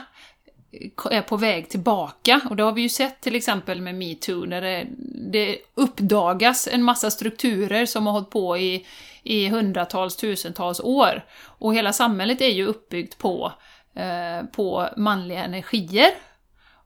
är på väg tillbaka. Och det har vi ju sett till exempel med MeToo. När det, det uppdagas en massa strukturer som har hållit på i i hundratals, tusentals år. Och hela samhället är ju uppbyggt på, eh, på manliga energier.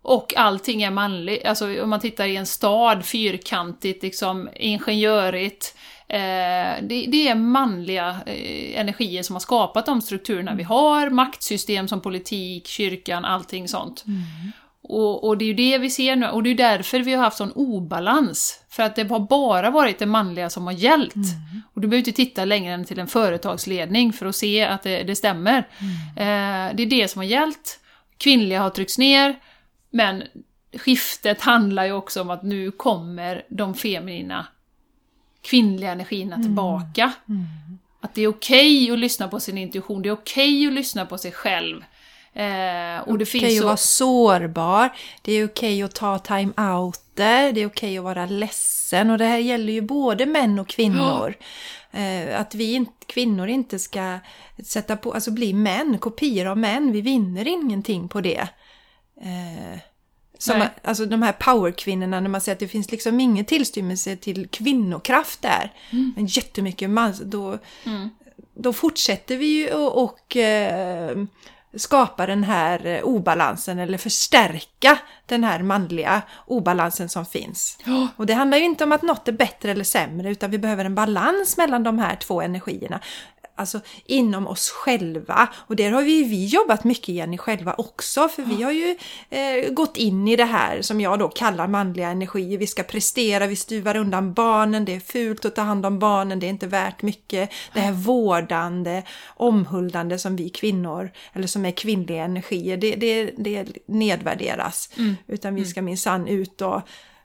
och allting är manligt. Alltså om man tittar i en stad, fyrkantigt, liksom ingenjörigt. Eh, det, det är manliga eh, energier som har skapat de strukturerna vi har. Maktsystem som politik, kyrkan, allting sånt. Mm. Och, och det är ju det vi ser nu. Och det är därför vi har haft sån obalans. För att det har bara varit det manliga som har gällt. Mm. Och du behöver inte titta längre än till en företagsledning för att se att det, det stämmer. Mm. Eh, det är det som har gällt. Kvinnliga har tryckts ner. Men skiftet handlar ju också om att nu kommer de feminina kvinnliga energierna tillbaka. Mm. Mm. Att det är okej okay att lyssna på sin intuition. Det är okej okay att lyssna på sig själv. Eh, och det okej finns att så... vara sårbar. Det är okej att ta time-outer. Det är okej att vara ledsen. Och det här gäller ju både män och kvinnor. Ja. Eh, att vi inte, kvinnor inte ska sätta på, alltså bli män, kopior av män. Vi vinner ingenting på det. Eh, som, alltså de här powerkvinnorna, när man säger att det finns liksom ingen tillstymmelse till kvinnokraft där. Mm. Men jättemycket man, då, mm. då fortsätter vi ju och, och eh, skapa den här obalansen eller förstärka den här manliga obalansen som finns. Oh. Och det handlar ju inte om att något är bättre eller sämre, utan vi behöver en balans mellan de här två energierna. Alltså inom oss själva. Och där har vi, vi jobbat mycket igen i själva också. För vi har ju eh, gått in i det här som jag då kallar manliga energier. Vi ska prestera, vi stuvar undan barnen. Det är fult att ta hand om barnen, det är inte värt mycket. Det här vårdande, omhuldande som vi kvinnor, eller som är kvinnliga energier, det, det, det nedvärderas. Mm. Utan vi ska minsann ut och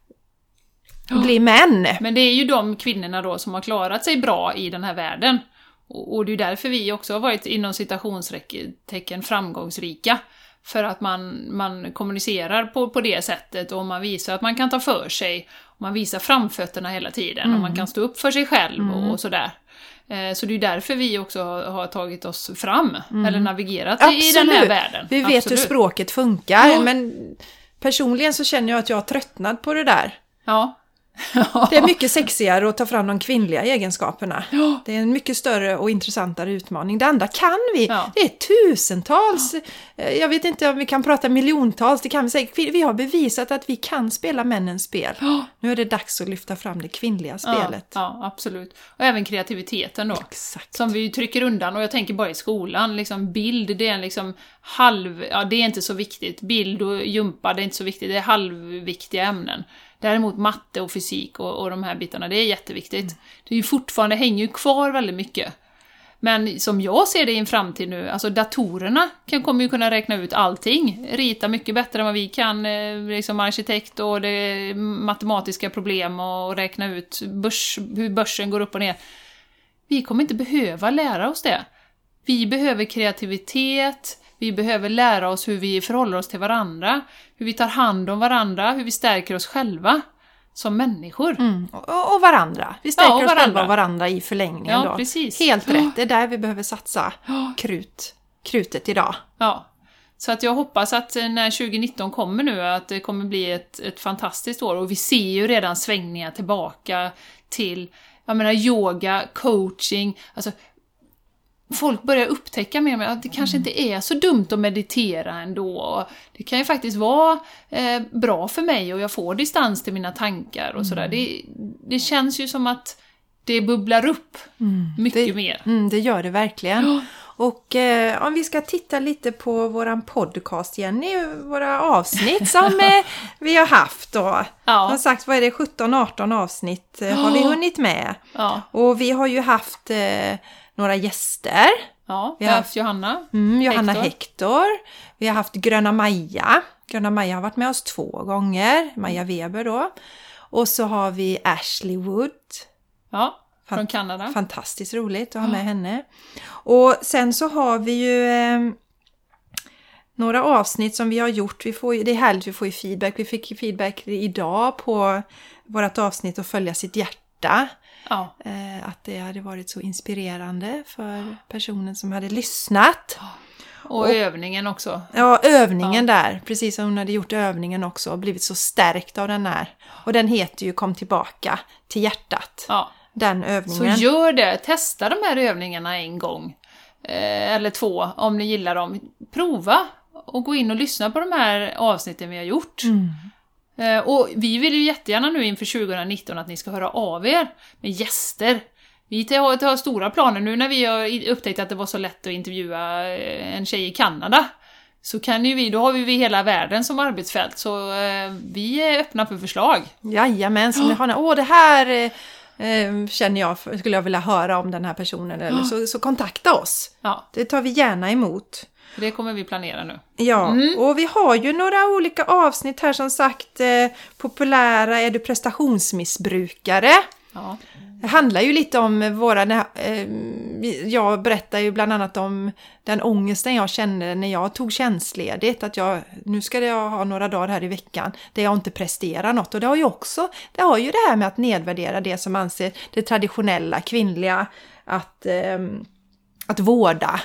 bli män. Men det är ju de kvinnorna då som har klarat sig bra i den här världen. Och det är därför vi också har varit inom citationstecken framgångsrika. För att man, man kommunicerar på, på det sättet och man visar att man kan ta för sig. Och man visar framfötterna hela tiden mm. och man kan stå upp för sig själv mm. och, och sådär. Eh, så det är därför vi också har, har tagit oss fram mm. eller navigerat Absolut. I den här världen. Vi vet Absolut. Hur språket funkar, ja. Men personligen så känner jag att jag har tröttnat på det där. Ja. Det är mycket sexigare att ta fram de kvinnliga egenskaperna. Ja. Det är en mycket större och intressantare utmaning. Det andra kan vi. Ja. Det är tusentals. Ja. Jag vet inte om vi kan prata miljontals. Det kan vi säga. Vi har bevisat att vi kan spela männens spel. Ja. Nu är det dags att lyfta fram det kvinnliga spelet. Ja, ja, absolut. Och även kreativiteten då. Exakt. Som vi trycker undan. Och jag tänker bara i skolan. Liksom bild, det är en liksom halv... Ja, det är inte så viktigt. Bild och jumpa, det är inte så viktigt. Det är halvviktiga ämnen. Däremot matte och fysik och, och de här bitarna, det är jätteviktigt. Mm. Det är ju fortfarande, hänger ju kvar väldigt mycket. Men som jag ser det i en framtid nu, alltså datorerna kan, kommer ju kunna räkna ut allting. Rita mycket bättre än vad vi kan, liksom arkitekt och det matematiska problem och räkna ut börs, hur börsen går upp och ner. Vi kommer inte behöva lära oss det. Vi behöver kreativitet. Vi behöver lära oss hur vi förhåller oss till varandra, hur vi tar hand om varandra, hur vi stärker oss själva som människor. Mm. Och, och varandra. Vi stärker ja, och oss varandra. själva och varandra i förlängningen. Ja, då. Precis. Helt rätt. Det är där vi behöver satsa krut, krutet idag. Ja, så att jag hoppas att när tjugonitton kommer nu att det kommer bli ett, ett fantastiskt år. Och vi ser ju redan svängningar tillbaka till, jag menar, yoga, coaching, alltså folk börjar upptäcka mer att det kanske inte är så dumt att meditera ändå. Det kan ju faktiskt vara eh, bra för mig och jag får distans till mina tankar och sådär. Det, det känns ju som att det bubblar upp mm. mycket det, mer. Mm, det gör det verkligen. Ja. Och eh, om vi ska titta lite på våran podcast, Jenny, våra avsnitt som eh, vi har haft då. Ja. Som sagt, vad är det? sjutton arton avsnitt eh, har vi hunnit med. Ja. Och vi har ju haft... Eh, några gäster. Ja, vi har haft Johanna. Mm, Johanna Hector. Hector. Vi har haft Gröna Maja. Gröna Maja har varit med oss två gånger. Maja Weber då. Och så har vi Ashley Wood. Ja, från Fan- Kanada. Fantastiskt roligt att ha med ja. henne. Och sen så har vi ju eh, några avsnitt som vi har gjort. Vi får ju, det är härligt, vi får ju feedback. Vi fick feedback idag på vårt avsnitt att följa sitt hjärta. Ja. Eh, att det hade varit så inspirerande för personen som hade lyssnat. Och, och övningen också. Ja, övningen ja. där. Precis som hon hade gjort övningen också. Och blivit så stärkt av den här. Och den heter ju Kom tillbaka till hjärtat. Ja. Den övningen. Så gör det. Testa de här övningarna en gång. Eh, eller två om ni gillar dem. Prova. och gå in och lyssna på de här avsnitten vi har gjort. Mm. Och vi vill ju jättegärna nu inför tjugonitton att ni ska höra av er med gäster. Vi har, har stora planer nu när vi har upptäckt att det var så lätt att intervjua en tjej i Kanada. Så kan ju vi, då har vi hela världen som arbetsfält. Så eh, vi är öppna för förslag. Jajamän, så ni har, åh det här eh, känner jag, skulle jag vilja höra om den här personen. Eller så, så kontakta oss. Ja. Det tar vi gärna emot. Det kommer vi planera nu. Ja, mm. och vi har ju några olika avsnitt här som sagt. Eh, populära är du prestationsmissbrukare. Ja. Det handlar ju lite om våra... Eh, jag berättar ju bland annat om den ångesten jag kände när jag tog tjänstledigt. Att jag, nu ska jag ha några dagar här i veckan där jag inte presterar något. Och det har ju också... Det har ju det här med att nedvärdera det som anser det traditionella, kvinnliga. Att, eh, att vårda.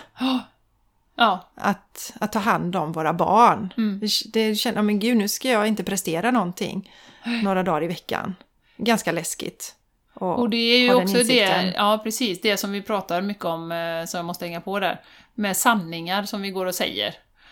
Ja. Att, att ta hand om våra barn. Mm. Det känner, men gud, nu ska jag inte prestera någonting några dagar i veckan. Ganska läskigt. Och, och det är ju också det, ja precis, det som vi pratar mycket om, eh, som jag måste hänga på där, med sanningar som vi går och säger.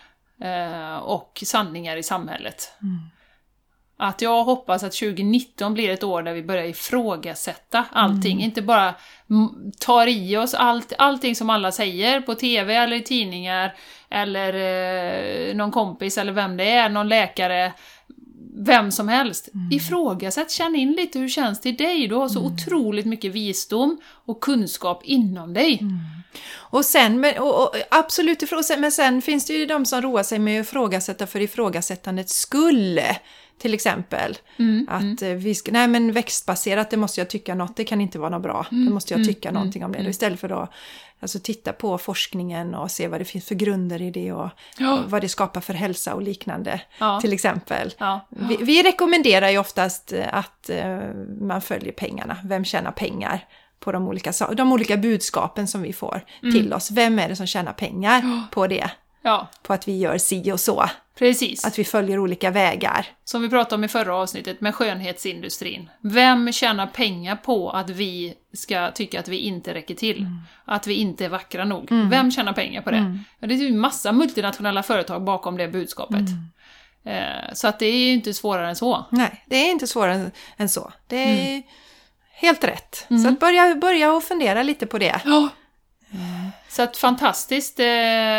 Eh, och sanningar i samhället. Mm. Att jag hoppas att tjugonitton blir ett år där vi börjar ifrågasätta allting. Mm. Inte bara tar i oss allt, allting som alla säger på tv eller i tidningar. Eller eh, någon kompis eller vem det är, någon läkare. Vem som helst. Mm. Ifrågasätt, känn in lite hur känns det i dig. Du har så mm. otroligt mycket visdom och kunskap inom dig. Mm. Och sen, och, och, absolut ifrågasätta, men sen finns det ju de som roar sig med att ifrågasätta för ifrågasättandets skull. Till exempel. Mm, att mm. vi ska, nej men växtbaserat, det måste jag tycka något, det kan inte vara något bra. Mm, det måste jag tycka mm, någonting om det. Mm. Istället för då alltså, titta på forskningen och se vad det finns för grunder i det och, ja. och vad det skapar för hälsa och liknande. Ja. Till exempel. Ja. Ja. Vi, vi rekommenderar ju oftast att uh, man följer pengarna. Vem tjänar pengar på de olika, de olika budskapen som vi får mm. till oss. Vem är det som tjänar pengar ja. på det? Ja. På att vi gör si och så. Precis. Att vi följer olika vägar. Som vi pratade om i förra avsnittet med skönhetsindustrin. Vem tjänar pengar på att vi ska tycka att vi inte räcker till? Mm. Att vi inte är vackra nog? Mm. Vem tjänar pengar på det? Mm. Ja, det är ju en massa multinationella företag bakom det budskapet. Mm. Eh, så att det är ju inte svårare än så. Nej, det är inte svårare än så. Det är mm. helt rätt. Mm. Så att börja, börja och fundera lite på det. Ja. Mm. Så att fantastiskt eh,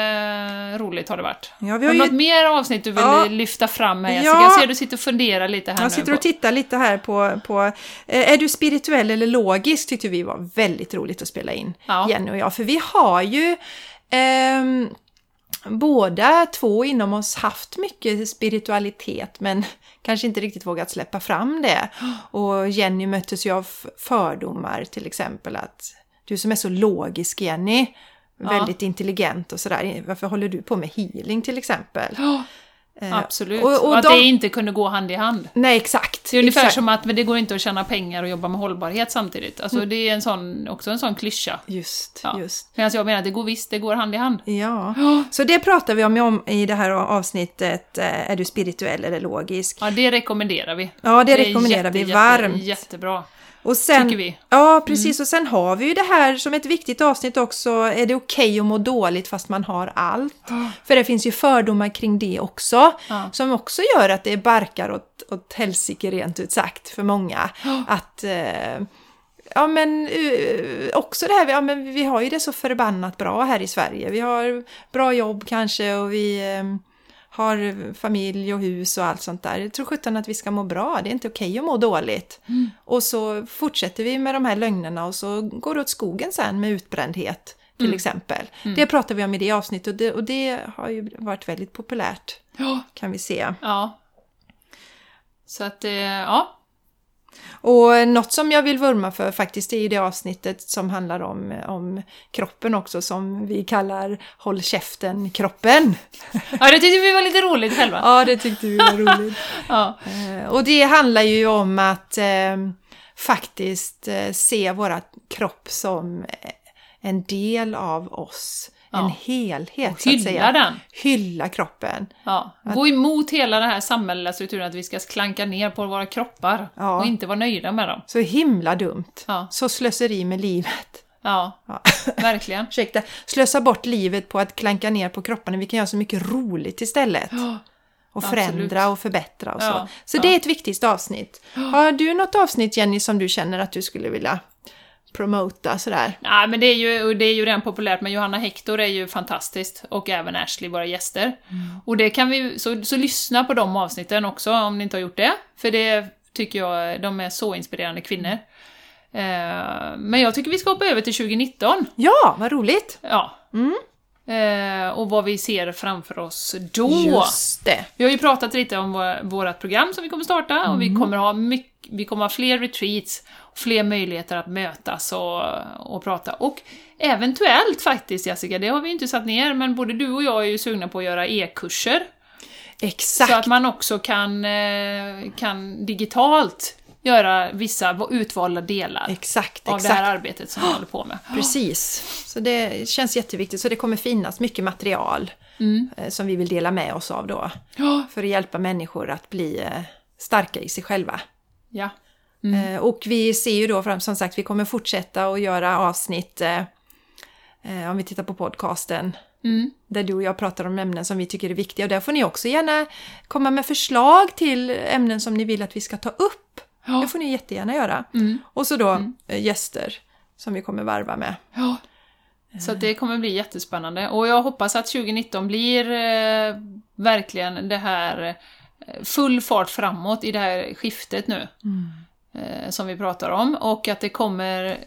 roligt har det varit. Ja, vi har, har ju... något mer avsnitt du vill ja. lyfta fram här? Ja. Jag ser att du sitter och funderar lite här. Jag sitter och tittar lite här på, på eh, är du spirituell eller logisk, tyckte vi var väldigt roligt att spela in, ja. Jenny och jag. För vi har ju eh, båda två inom oss haft mycket spiritualitet, men kanske inte riktigt vågat släppa fram det. Och Jenny möttes ju av fördomar, till exempel att du som är så logisk, Jenny, ja. väldigt intelligent och sådär. Varför håller du på med healing till exempel? Ja, eh, absolut. Och, och, och att de... det inte kunde gå hand i hand. Nej, exakt. Det är ungefär exakt. som att men det går inte att tjäna pengar och jobba med hållbarhet samtidigt. Alltså mm. det är en sån, också en sån klyscha. Just, ja. just. Men alltså jag menar att det går visst, det går hand i hand. Ja, oh. så det pratar vi om i det här avsnittet. Är du spirituell eller logisk? Ja, det rekommenderar vi. Ja, det, det rekommenderar jätte, vi varmt. Jätte, jättebra. Och sen, tycker vi. Ja, precis. Mm. Och sen har vi ju det här som ett viktigt avsnitt också. Är det okej okay att må dåligt fast man har allt? Oh. För det finns ju fördomar kring det också. Oh. Som också gör att det barkar åt, åt helsike rent ut sagt för många. Oh. Att... Eh, ja, men uh, också det här, ja, men vi har ju det så förbannat bra här i Sverige. Vi har bra jobb kanske och vi... Eh, har familj och hus och allt sånt där. Jag tror sjutton att vi ska må bra. Det är inte okej att må dåligt. Mm. Och så fortsätter vi med de här lögnerna och så går det åt skogen sen med utbrändhet till mm. exempel. Mm. Det pratar vi om i det avsnittet och det, och det har ju varit väldigt populärt. Ja. Kan vi se. Ja. Så att, ja. Och något som jag vill vurma för faktiskt är ju det avsnittet som handlar om, om kroppen också, som vi kallar Håll käften kroppen. Ja, det tyckte vi var lite roligt själva. Ja, det tyckte vi var roligt. Ja. Och det handlar ju om att eh, faktiskt eh, se våra kropp som en del av oss. Ja. En helhet, och så att säga. Den. Hylla kroppen. Ja. Gå att... emot hela den här samhälleliga strukturen att vi ska klanka ner på våra kroppar. Ja. Och inte vara nöjda med dem. Så himla dumt. Ja. Så slöseri med livet. Ja, Ja. verkligen. Ursäkta, slösa bort livet på att klanka ner på kropparna. Vi kan göra så mycket roligt istället. Ja, Och absolut. förändra och förbättra och så. Ja, Så ja. det är ett viktigt avsnitt. Har du något avsnitt, Jenny, som du känner att du skulle vilja promota sådär? Nej, men det är ju, det är ju redan populärt, men Johanna Hector är ju fantastiskt. Och även Ashley, våra gäster. Mm. Och det kan vi, så, så lyssna på de avsnitten också om ni inte har gjort det. För det tycker jag, de är så inspirerande kvinnor. Eh, men jag tycker vi ska hoppa över till tjugonitton. Ja, vad roligt! Ja. Mm. Eh, och vad vi ser framför oss då. Just det. Vi har ju pratat lite om vår, vårat program som vi kommer starta. Mm. Och vi kommer ha mycket, vi kommer ha fler retreats. Fler möjligheter att mötas och, och prata. Och eventuellt faktiskt, Jessica, det har vi inte satt ner. Men både du och jag är ju sugna på att göra e-kurser. Exakt. Så att man också kan, eh, kan digitalt göra vissa utvalda delar exakt, av exakt. det här arbetet som vi håller på med. Precis. Så det känns jätteviktigt. Så det kommer finnas mycket material Mm. eh, som vi vill dela med oss av då. Ja. För att hjälpa människor att bli eh, starka i sig själva. Ja. Mm. Eh, och vi ser ju då fram, som sagt, vi kommer fortsätta att göra avsnitt eh, eh, om vi tittar på podcasten. Mm. Där du och jag pratar om ämnen som vi tycker är viktiga. Och där får ni också gärna komma med förslag till ämnen som ni vill att vi ska ta upp. Ja. Det får ni jättegärna göra. Mm. Och så då Mm. gäster som vi kommer varva med. Ja. Så att det kommer bli jättespännande. Och jag hoppas att tjugonitton blir eh, verkligen det här eh, full fart framåt i det här skiftet nu. Mm. Eh, som vi pratar om. Och att det kommer... Eh,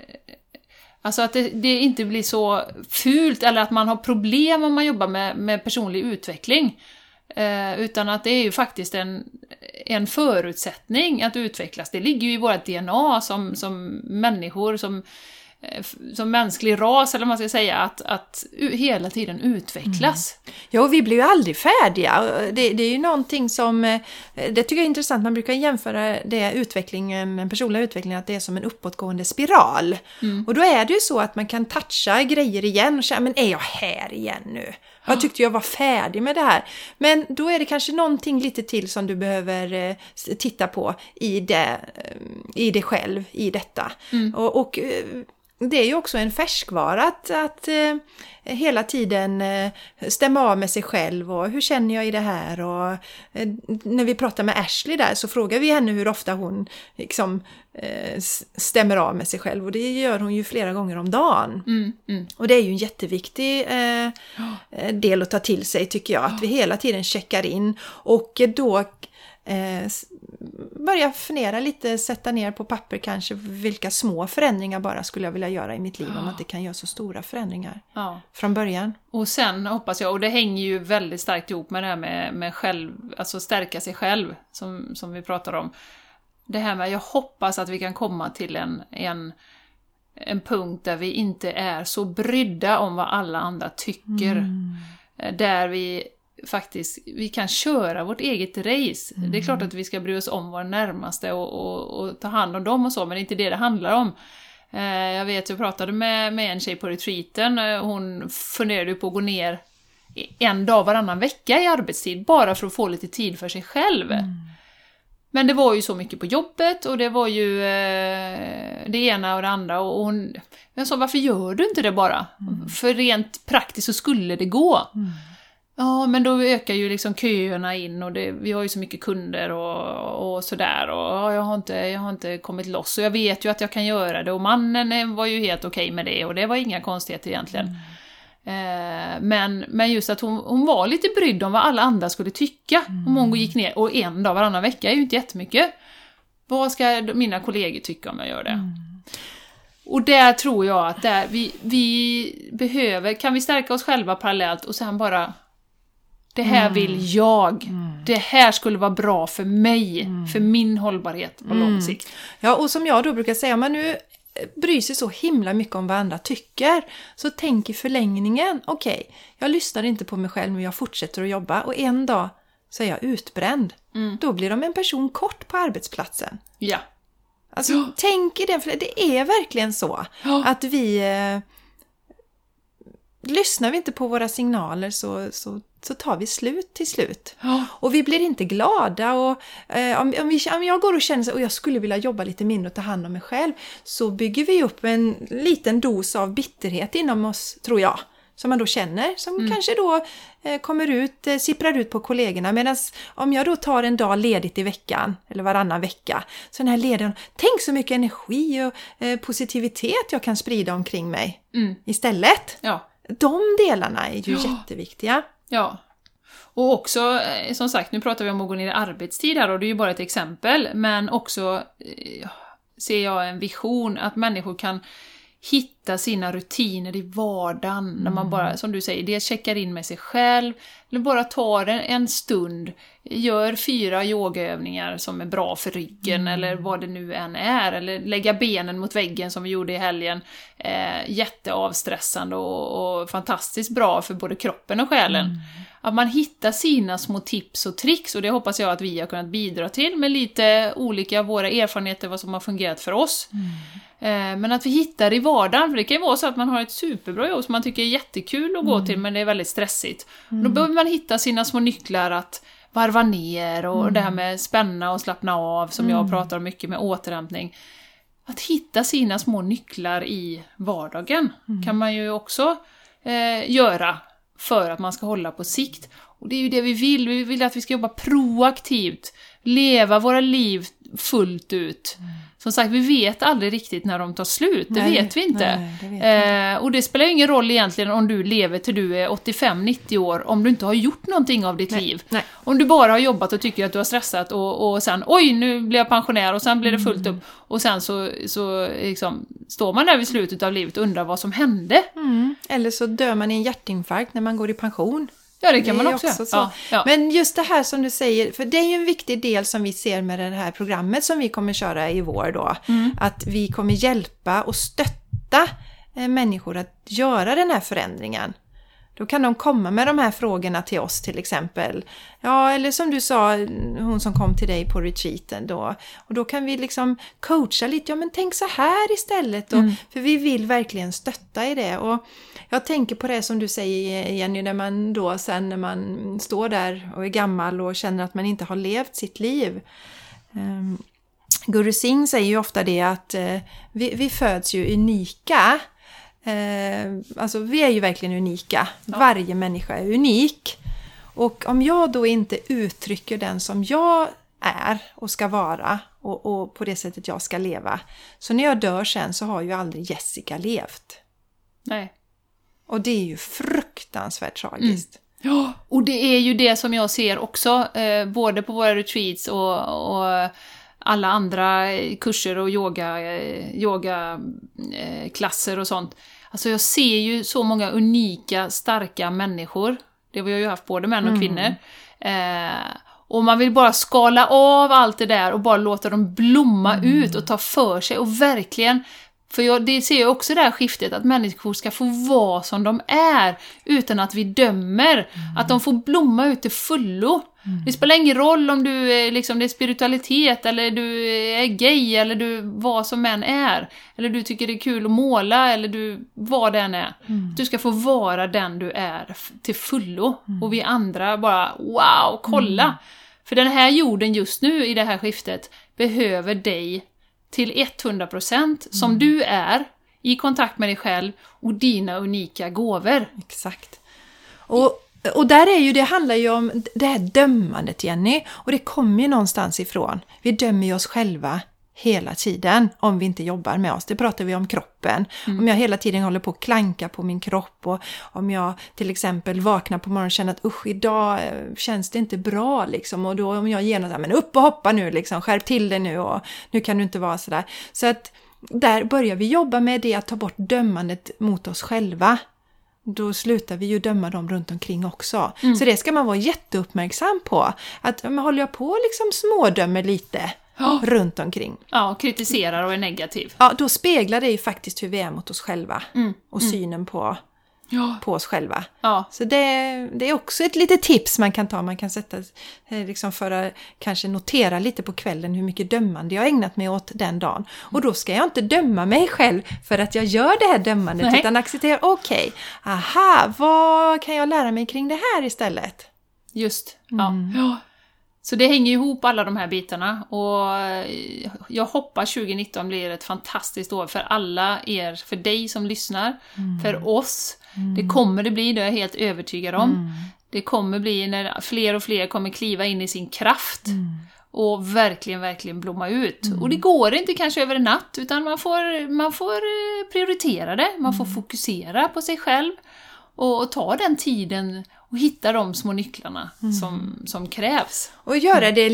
alltså att det, det inte blir så fult eller att man har problem om man jobbar med, med personlig utveckling. Eh, utan att det är ju faktiskt en, en förutsättning att utvecklas. Det ligger ju i vårt D N A som, som människor, som, eh, som mänsklig ras, eller vad man ska säga, att, att u- hela tiden utvecklas. Mm. Ja, och vi blir ju aldrig färdiga. Det, det är ju någonting som, eh, det tycker jag är intressant, man brukar jämföra det utvecklingen, med personlig utveckling, att det är som en uppåtgående spiral. Mm. Och då är det ju så att man kan toucha grejer igen och säga, men är jag här igen nu? Jag tyckte jag var färdig med det här. Men då är det kanske någonting lite till som du behöver eh, titta på i det, eh, i det själv, i detta. Mm. Och, och eh, det är ju också en färskvara att, att eh, hela tiden eh, stämma av med sig själv och hur känner jag i det här. Och eh, när vi pratar med Ashley där så frågar vi henne hur ofta hon liksom eh, stämmer av med sig själv. Och det gör hon ju flera gånger om dagen. Mm, mm. Och det är ju en jätteviktig eh, oh. del att ta till sig, tycker jag. Att oh. vi hela tiden checkar in och då eh, börja fundera lite, sätta ner på papper kanske vilka små förändringar bara skulle jag vilja göra i mitt liv, ja. Om att det kan göra så stora förändringar ja. Från början. Och sen hoppas jag, och det hänger ju väldigt starkt ihop med det här med, med själv, alltså stärka sig själv som, som vi pratar om. Det här med, jag hoppas att vi kan komma till en, en, en punkt där vi inte är så brydda om vad alla andra tycker. Mm. Där vi faktiskt, vi kan köra vårt eget race. Mm. Det är klart att vi ska bry oss om våra närmaste och, och, och ta hand om dem och så, men det är inte det det handlar om. Eh, jag vet, jag pratade med, med en tjej på retreaten, hon funderade på att gå ner en dag varannan vecka i arbetstid, bara för att få lite tid för sig själv. Mm. Men det var ju så mycket på jobbet och det var ju eh, det ena och det andra. Och hon, jag sa, varför gör du inte det bara? Mm. För rent praktiskt så skulle det gå. Mm. Ja, men då ökar ju liksom köerna in och det, vi har ju så mycket kunder och, och sådär. Och ja, jag, har inte, jag har inte kommit loss och jag vet ju att jag kan göra det. Och mannen var ju helt okej med det och det var inga konstigheter egentligen. Mm. Eh, men, men just att hon, hon var lite brydd om vad alla andra skulle tycka mm. om hon gick ner. Och en dag varannan vecka är ju inte jättemycket. Vad ska mina kollegor tycka om jag gör det? Mm. Och där tror jag att där vi, vi behöver, kan vi stärka oss själva parallellt och sen bara, det här mm. vill jag. Mm. Det här skulle vara bra för mig. Mm. För min hållbarhet på mm. lång sikt. Ja, och som jag då brukar säga, om man nu bryr sig så himla mycket om vad andra tycker, så tänk i förlängningen, okej, okay, jag lyssnar inte på mig själv men jag fortsätter att jobba och en dag så är jag utbränd. Mm. Då blir de en person kort på arbetsplatsen. Ja. Alltså, ja. Tänk i den, för det är verkligen så ja. Att vi eh, lyssnar vi inte på våra signaler så, så så tar vi slut till slut. Ja. Och vi blir inte glada. Och, eh, om, om, vi, om jag går och känner så, och jag skulle vilja jobba lite mindre och ta hand om mig själv, så bygger vi upp en liten dos av bitterhet inom oss, tror jag. Som man då känner, som mm. kanske då eh, kommer ut, eh, sipprar ut på kollegorna. Medan om jag då tar en dag ledigt i veckan, eller varannan vecka, så den här leden, tänk så mycket energi och eh, positivitet jag kan sprida omkring mig mm. istället. Ja. De delarna är ju ja. jätteviktiga. Ja. Och också, som sagt, nu pratar vi om att gå ner i arbetstid här och det är ju bara ett exempel. Men också eh, ser jag en vision att människor kan hitta sina rutiner i vardagen. Mm. När man bara, som du säger, det checkar in med sig själv. Eller bara tar en, en stund. Gör fyra yogaövningar som är bra för ryggen. Mm. Eller vad det nu än är. Eller lägga benen mot väggen som vi gjorde i helgen. Eh, jätteavstressande och, och fantastiskt bra för både kroppen och själen. Mm. Att man hittar sina små tips och tricks. Och det hoppas jag att vi har kunnat bidra till. Med lite olika våra erfarenheter. Vad som har fungerat för oss. Mm. Men att vi hittar i vardagen, för det kan ju vara så att man har ett superbra jobb som man tycker är jättekul att mm. gå till, men det är väldigt stressigt. Mm. Då behöver man hitta sina små nycklar att varva ner och mm. det här med spänna och slappna av som mm. jag pratar mycket med återhämtning. Att hitta sina små nycklar i vardagen mm. kan man ju också eh, göra för att man ska hålla på sikt. Och det är ju det vi vill, vi vill att vi ska jobba proaktivt, leva våra liv fullt ut. Mm. Som sagt, vi vet aldrig riktigt när de tar slut. Det nej, vet vi inte. Nej, det vet eh, och det spelar ju ingen roll egentligen om du lever till du är åttiofem nittio år. Om du inte har gjort någonting av ditt nej, liv. Nej. Om du bara har jobbat och tycker att du har stressat. Och, och sen, oj nu blir jag pensionär. Och sen blir det fullt upp. Och sen så, så liksom, står man där vid slutet av livet och undrar vad som hände. Mm. Eller så dör man i en hjärtinfarkt när man går i pension. Ja, det kan det man också. också så. Ja, ja. Men just det här som du säger, för det är ju en viktig del som vi ser med det här programmet som vi kommer köra i vår då. Mm. Att vi kommer hjälpa och stötta eh, människor att göra den här förändringen. Då kan de komma med de här frågorna till oss till exempel. Ja, eller som du sa, hon som kom till dig på retreaten då. Och då kan vi liksom coacha lite. Ja, men tänk så här istället. Och, mm. För vi vill verkligen stötta i det. Och jag tänker på det som du säger, Jenny, när man då sen när man står där och är gammal och känner att man inte har levt sitt liv. Um, Guru Singh säger ju ofta det att uh, vi, vi föds ju unika. Eh, alltså vi är ju verkligen unika. Ja. Varje människa är unik. Och om jag då inte uttrycker den som jag är och ska vara och, och på det sättet jag ska leva, så när jag dör sen så har ju aldrig Jessica levt. Nej. Och det är ju fruktansvärt tragiskt. Mm. Ja, och det är ju det som jag ser också eh, både på våra retreats och, och alla andra kurser och yoga, yoga eh, klasser och sånt. Alltså jag ser ju så många unika, starka människor. Det har jag ju haft både män och mm. kvinnor. Eh, och man vill bara skala av allt det där och bara låta dem blomma mm. ut och ta för sig. Och verkligen, för jag, det ser jag också det här skiftet, att människor ska få vara som de är utan att vi dömer. Mm. Att de får blomma ut till fullo. Mm. Det spelar ingen roll om du är, liksom, det är spiritualitet eller du är gay eller du vad som än är. Eller du tycker det är kul att måla eller du vad det än är. Mm. Du ska få vara den du är till fullo. Mm. Och vi andra bara, wow, kolla. Mm. För den här jorden just nu i det här skiftet behöver dig till hundra procent som mm. du är i kontakt med dig själv och dina unika gåvor. Exakt. Och Och där är ju, det handlar ju om det här dömandet, Jenny. Och det kommer ju någonstans ifrån. Vi dömer ju oss själva hela tiden om vi inte jobbar med oss. Det pratar vi om kroppen. Mm. Om jag hela tiden håller på att klanka på min kropp. Och om jag till exempel vaknar på morgonen och känner att usch, idag känns det inte bra. Liksom. Och då om jag ger något, men upp och hoppa nu, liksom, skärp till det nu. Och nu kan du inte vara sådär. Så att där börjar vi jobba med det, att ta bort dömandet mot oss själva. Då slutar vi ju döma dem runt omkring också. Mm. Så det ska man vara jätteuppmärksam på. Att men håller jag på liksom smådömer lite oh. runt omkring. Ja, kritiserar och är negativ. Ja, då speglar det ju faktiskt hur vi är mot oss själva. Mm. Och mm. synen på Ja. på oss själva. Ja. Så det, det är också ett litet tips man kan ta. Man kan sätta, liksom för att kanske notera lite på kvällen hur mycket dömande jag har ägnat mig åt den dagen. Och då ska jag inte döma mig själv för att jag gör det här dömandet. Nej. Utan acceptera, okej, okay, aha, vad kan jag lära mig kring det här istället? Just, Mm. ja. ja. Så det hänger ihop alla de här bitarna och jag hoppas tjugonitton blir ett fantastiskt år för alla er, för dig som lyssnar, mm. för oss. Mm. Det kommer det bli, det är jag helt övertygad om. Mm. Det kommer bli när fler och fler kommer kliva in i sin kraft mm. och verkligen, verkligen blomma ut. Mm. Och det går inte kanske över en natt utan man får, man får prioritera det, man får mm. fokusera på sig själv och, och ta den tiden och hitta de små nycklarna mm. som, som krävs. Och göra det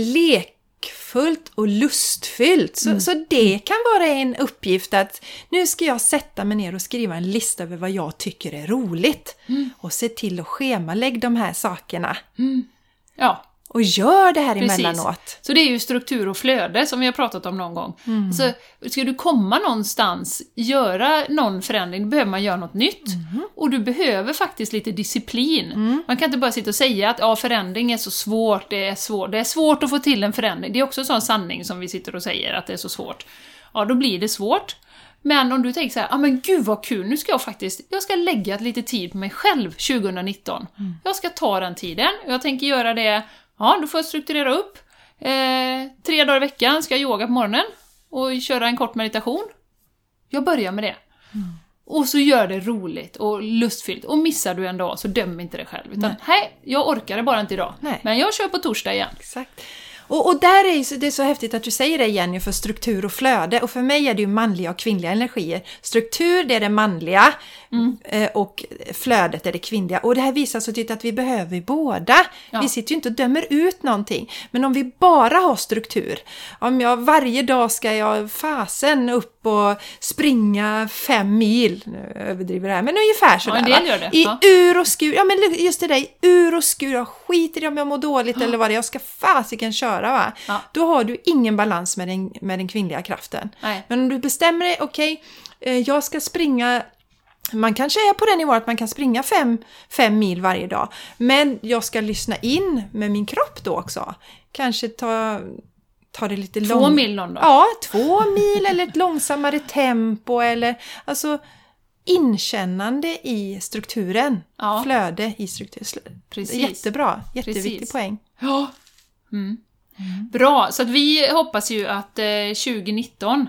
lekfullt och lustfyllt. Så, mm. så det kan vara en uppgift att nu ska jag sätta mig ner och skriva en lista över vad jag tycker är roligt. Mm. Och se till att schemalägga de här sakerna. Mm. Ja. Och gör det här Precis. Emellanåt. Så det är ju struktur och flöde som vi har pratat om någon gång. Mm. Så ska du komma någonstans, göra någon förändring, då behöver man göra något nytt. Mm. Och du behöver faktiskt lite disciplin. Mm. Man kan inte bara sitta och säga att ja, förändring är så svårt, det är svårt. Det är svårt att få till en förändring. Det är också en sån sanning som vi sitter och säger att det är så svårt. Ja, då blir det svårt. Men om du tänker så här, ja ah, men gud vad kul, nu ska jag faktiskt, jag ska lägga lite tid på mig själv tjugonitton. Mm. Jag ska ta den tiden, jag tänker göra det. Ja, då får jag strukturera upp. Eh, tre dagar i veckan ska jag yoga på morgonen och köra en kort meditation. Jag börjar med det. Mm. Och så gör det roligt och lustfyllt. Och missar du en dag så döm inte dig själv. Utan, hej, jag orkar det bara inte idag. Nej. Men jag kör på torsdag igen. Exakt. Och, och där är det är så häftigt att du säger det, Jenny, för struktur och flöde. Och för mig är det ju manliga och kvinnliga energier. Struktur, det är det manliga. Mm. Och flödet är det kvinnliga. Och det här visar så tydligt att vi behöver båda. Ja. Vi sitter ju inte och dömer ut någonting. Men om vi bara har struktur. Om jag varje dag ska jag fasen upp och springa fem mil. Nu överdriver det här. Men ungefär sådär. Ja, en del gör det. I ja. ur och skur. Ja, men just det där. I ur och skur. Jag skiter i om jag mår dåligt ja. Eller vad det är. Jag ska fasiken köra, va? Ja. Då har du ingen balans med den, med den kvinnliga kraften. Nej. Men om du bestämmer dig, okej, okay, jag ska springa. Man kanske är på den nivån att man kan springa fem, fem mil varje dag. Men jag ska lyssna in med min kropp då också. Kanske ta, ta det lite långt. Två mil någon dag? Ja, två mil eller ett långsammare tempo. Eller, alltså inkännande i strukturen. Ja. Flöde i strukturen. Precis. Jättebra, jätteviktig Precis. Poäng. Ja. Mm. Mm. Bra, så att vi hoppas ju att eh, tjugonitton...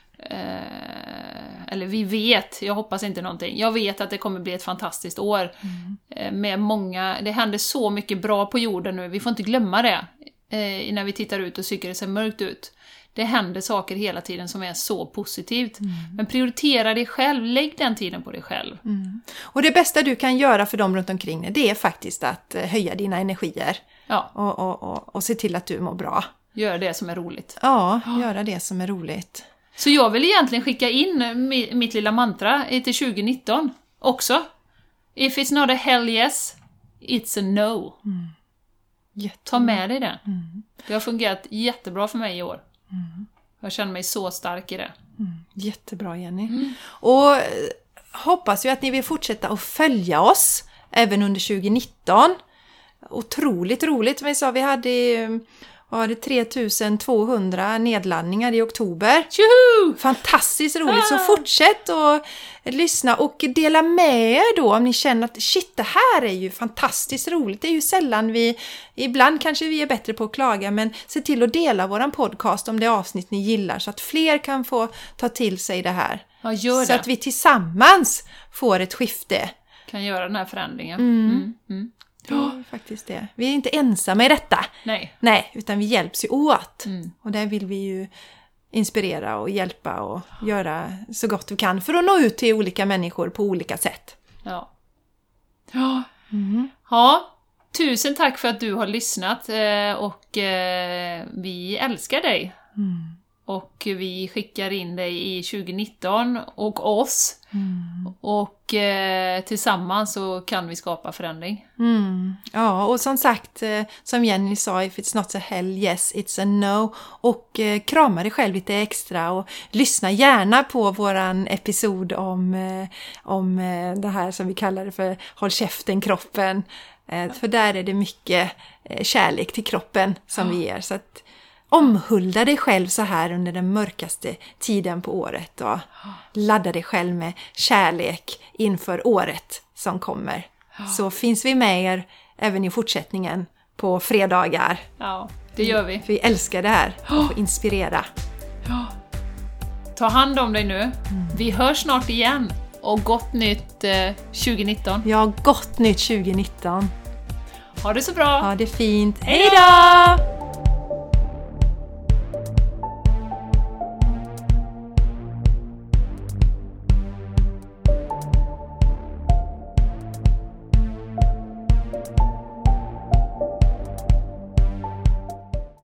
Eh, eller vi vet, jag hoppas inte någonting. Jag vet att det kommer bli ett fantastiskt år. Mm. Eh, med många, det händer så mycket bra på jorden nu. Vi får inte glömma det eh, när vi tittar ut och tycker det ser mörkt ut. Det händer saker hela tiden som är så positivt. Mm. Men prioritera dig själv, lägg den tiden på dig själv. Mm. Och det bästa du kan göra för dem runt omkring dig, det är faktiskt att höja dina energier. Ja. Och, och, och, och se till att du mår bra. Gör det som är roligt. Ja, oh. göra det som är roligt. Så jag vill egentligen skicka in mitt lilla mantra till tjugonitton också. If it's not a hell yes, it's a no. Mm. Ta med dig det. Mm. Det har fungerat jättebra för mig i år. Mm. Jag känner mig så stark i det. Mm. Jättebra, Jenny. Mm. Och hoppas ju att ni vill fortsätta att följa oss även under tjugonitton. Otroligt roligt. Vi sa vi hade... var det tre tusen tvåhundra nedladdningar i oktober. Tjuhu! Fantastiskt roligt. Så fortsätt att lyssna och dela med er då om ni känner att shit, det här är ju fantastiskt roligt. Det är ju sällan vi, ibland kanske vi är bättre på att klaga, men se till att dela våran podcast om det avsnitt ni gillar så att fler kan få ta till sig det här. Ja, gör det. Så att vi tillsammans får ett skifte. Kan göra den här förändringen. Mm. Mm. Mm. Ja, faktiskt det. Vi är inte ensamma i detta. Nej. Nej, utan vi hjälps ju åt. Mm. Och där vill vi ju inspirera och hjälpa och göra så gott vi kan för att nå ut till olika människor på olika sätt. Ja. Ja. Mm. Ja, tusen tack för att du har lyssnat och vi älskar dig. Mm. Och vi skickar in dig i tjugonitton och oss Mm. Och eh, tillsammans så kan vi skapa förändring. Mm. Ja, och som sagt, eh, som Jenny sa, if it's not a hell, yes, it's a no. Och eh, krama dig själv lite extra och lyssna gärna på våran episod om, eh, om eh, det här som vi kallar det för håll käften kroppen. Eh, för där är det mycket eh, kärlek till kroppen som ja. vi ger. Så att omhulda dig själv så här under den mörkaste tiden på året och ladda dig själv med kärlek inför året som kommer. Ja. Så finns vi med er även i fortsättningen på fredagar. Ja, det gör vi. För vi älskar det här och får inspirera. Ja. Ta hand om dig nu. Mm. Vi hörs snart igen. Och gott nytt eh, tjugo nitton. Ja, gott nytt tjugo nitton. Ha det så bra. Ha det fint. Hej då!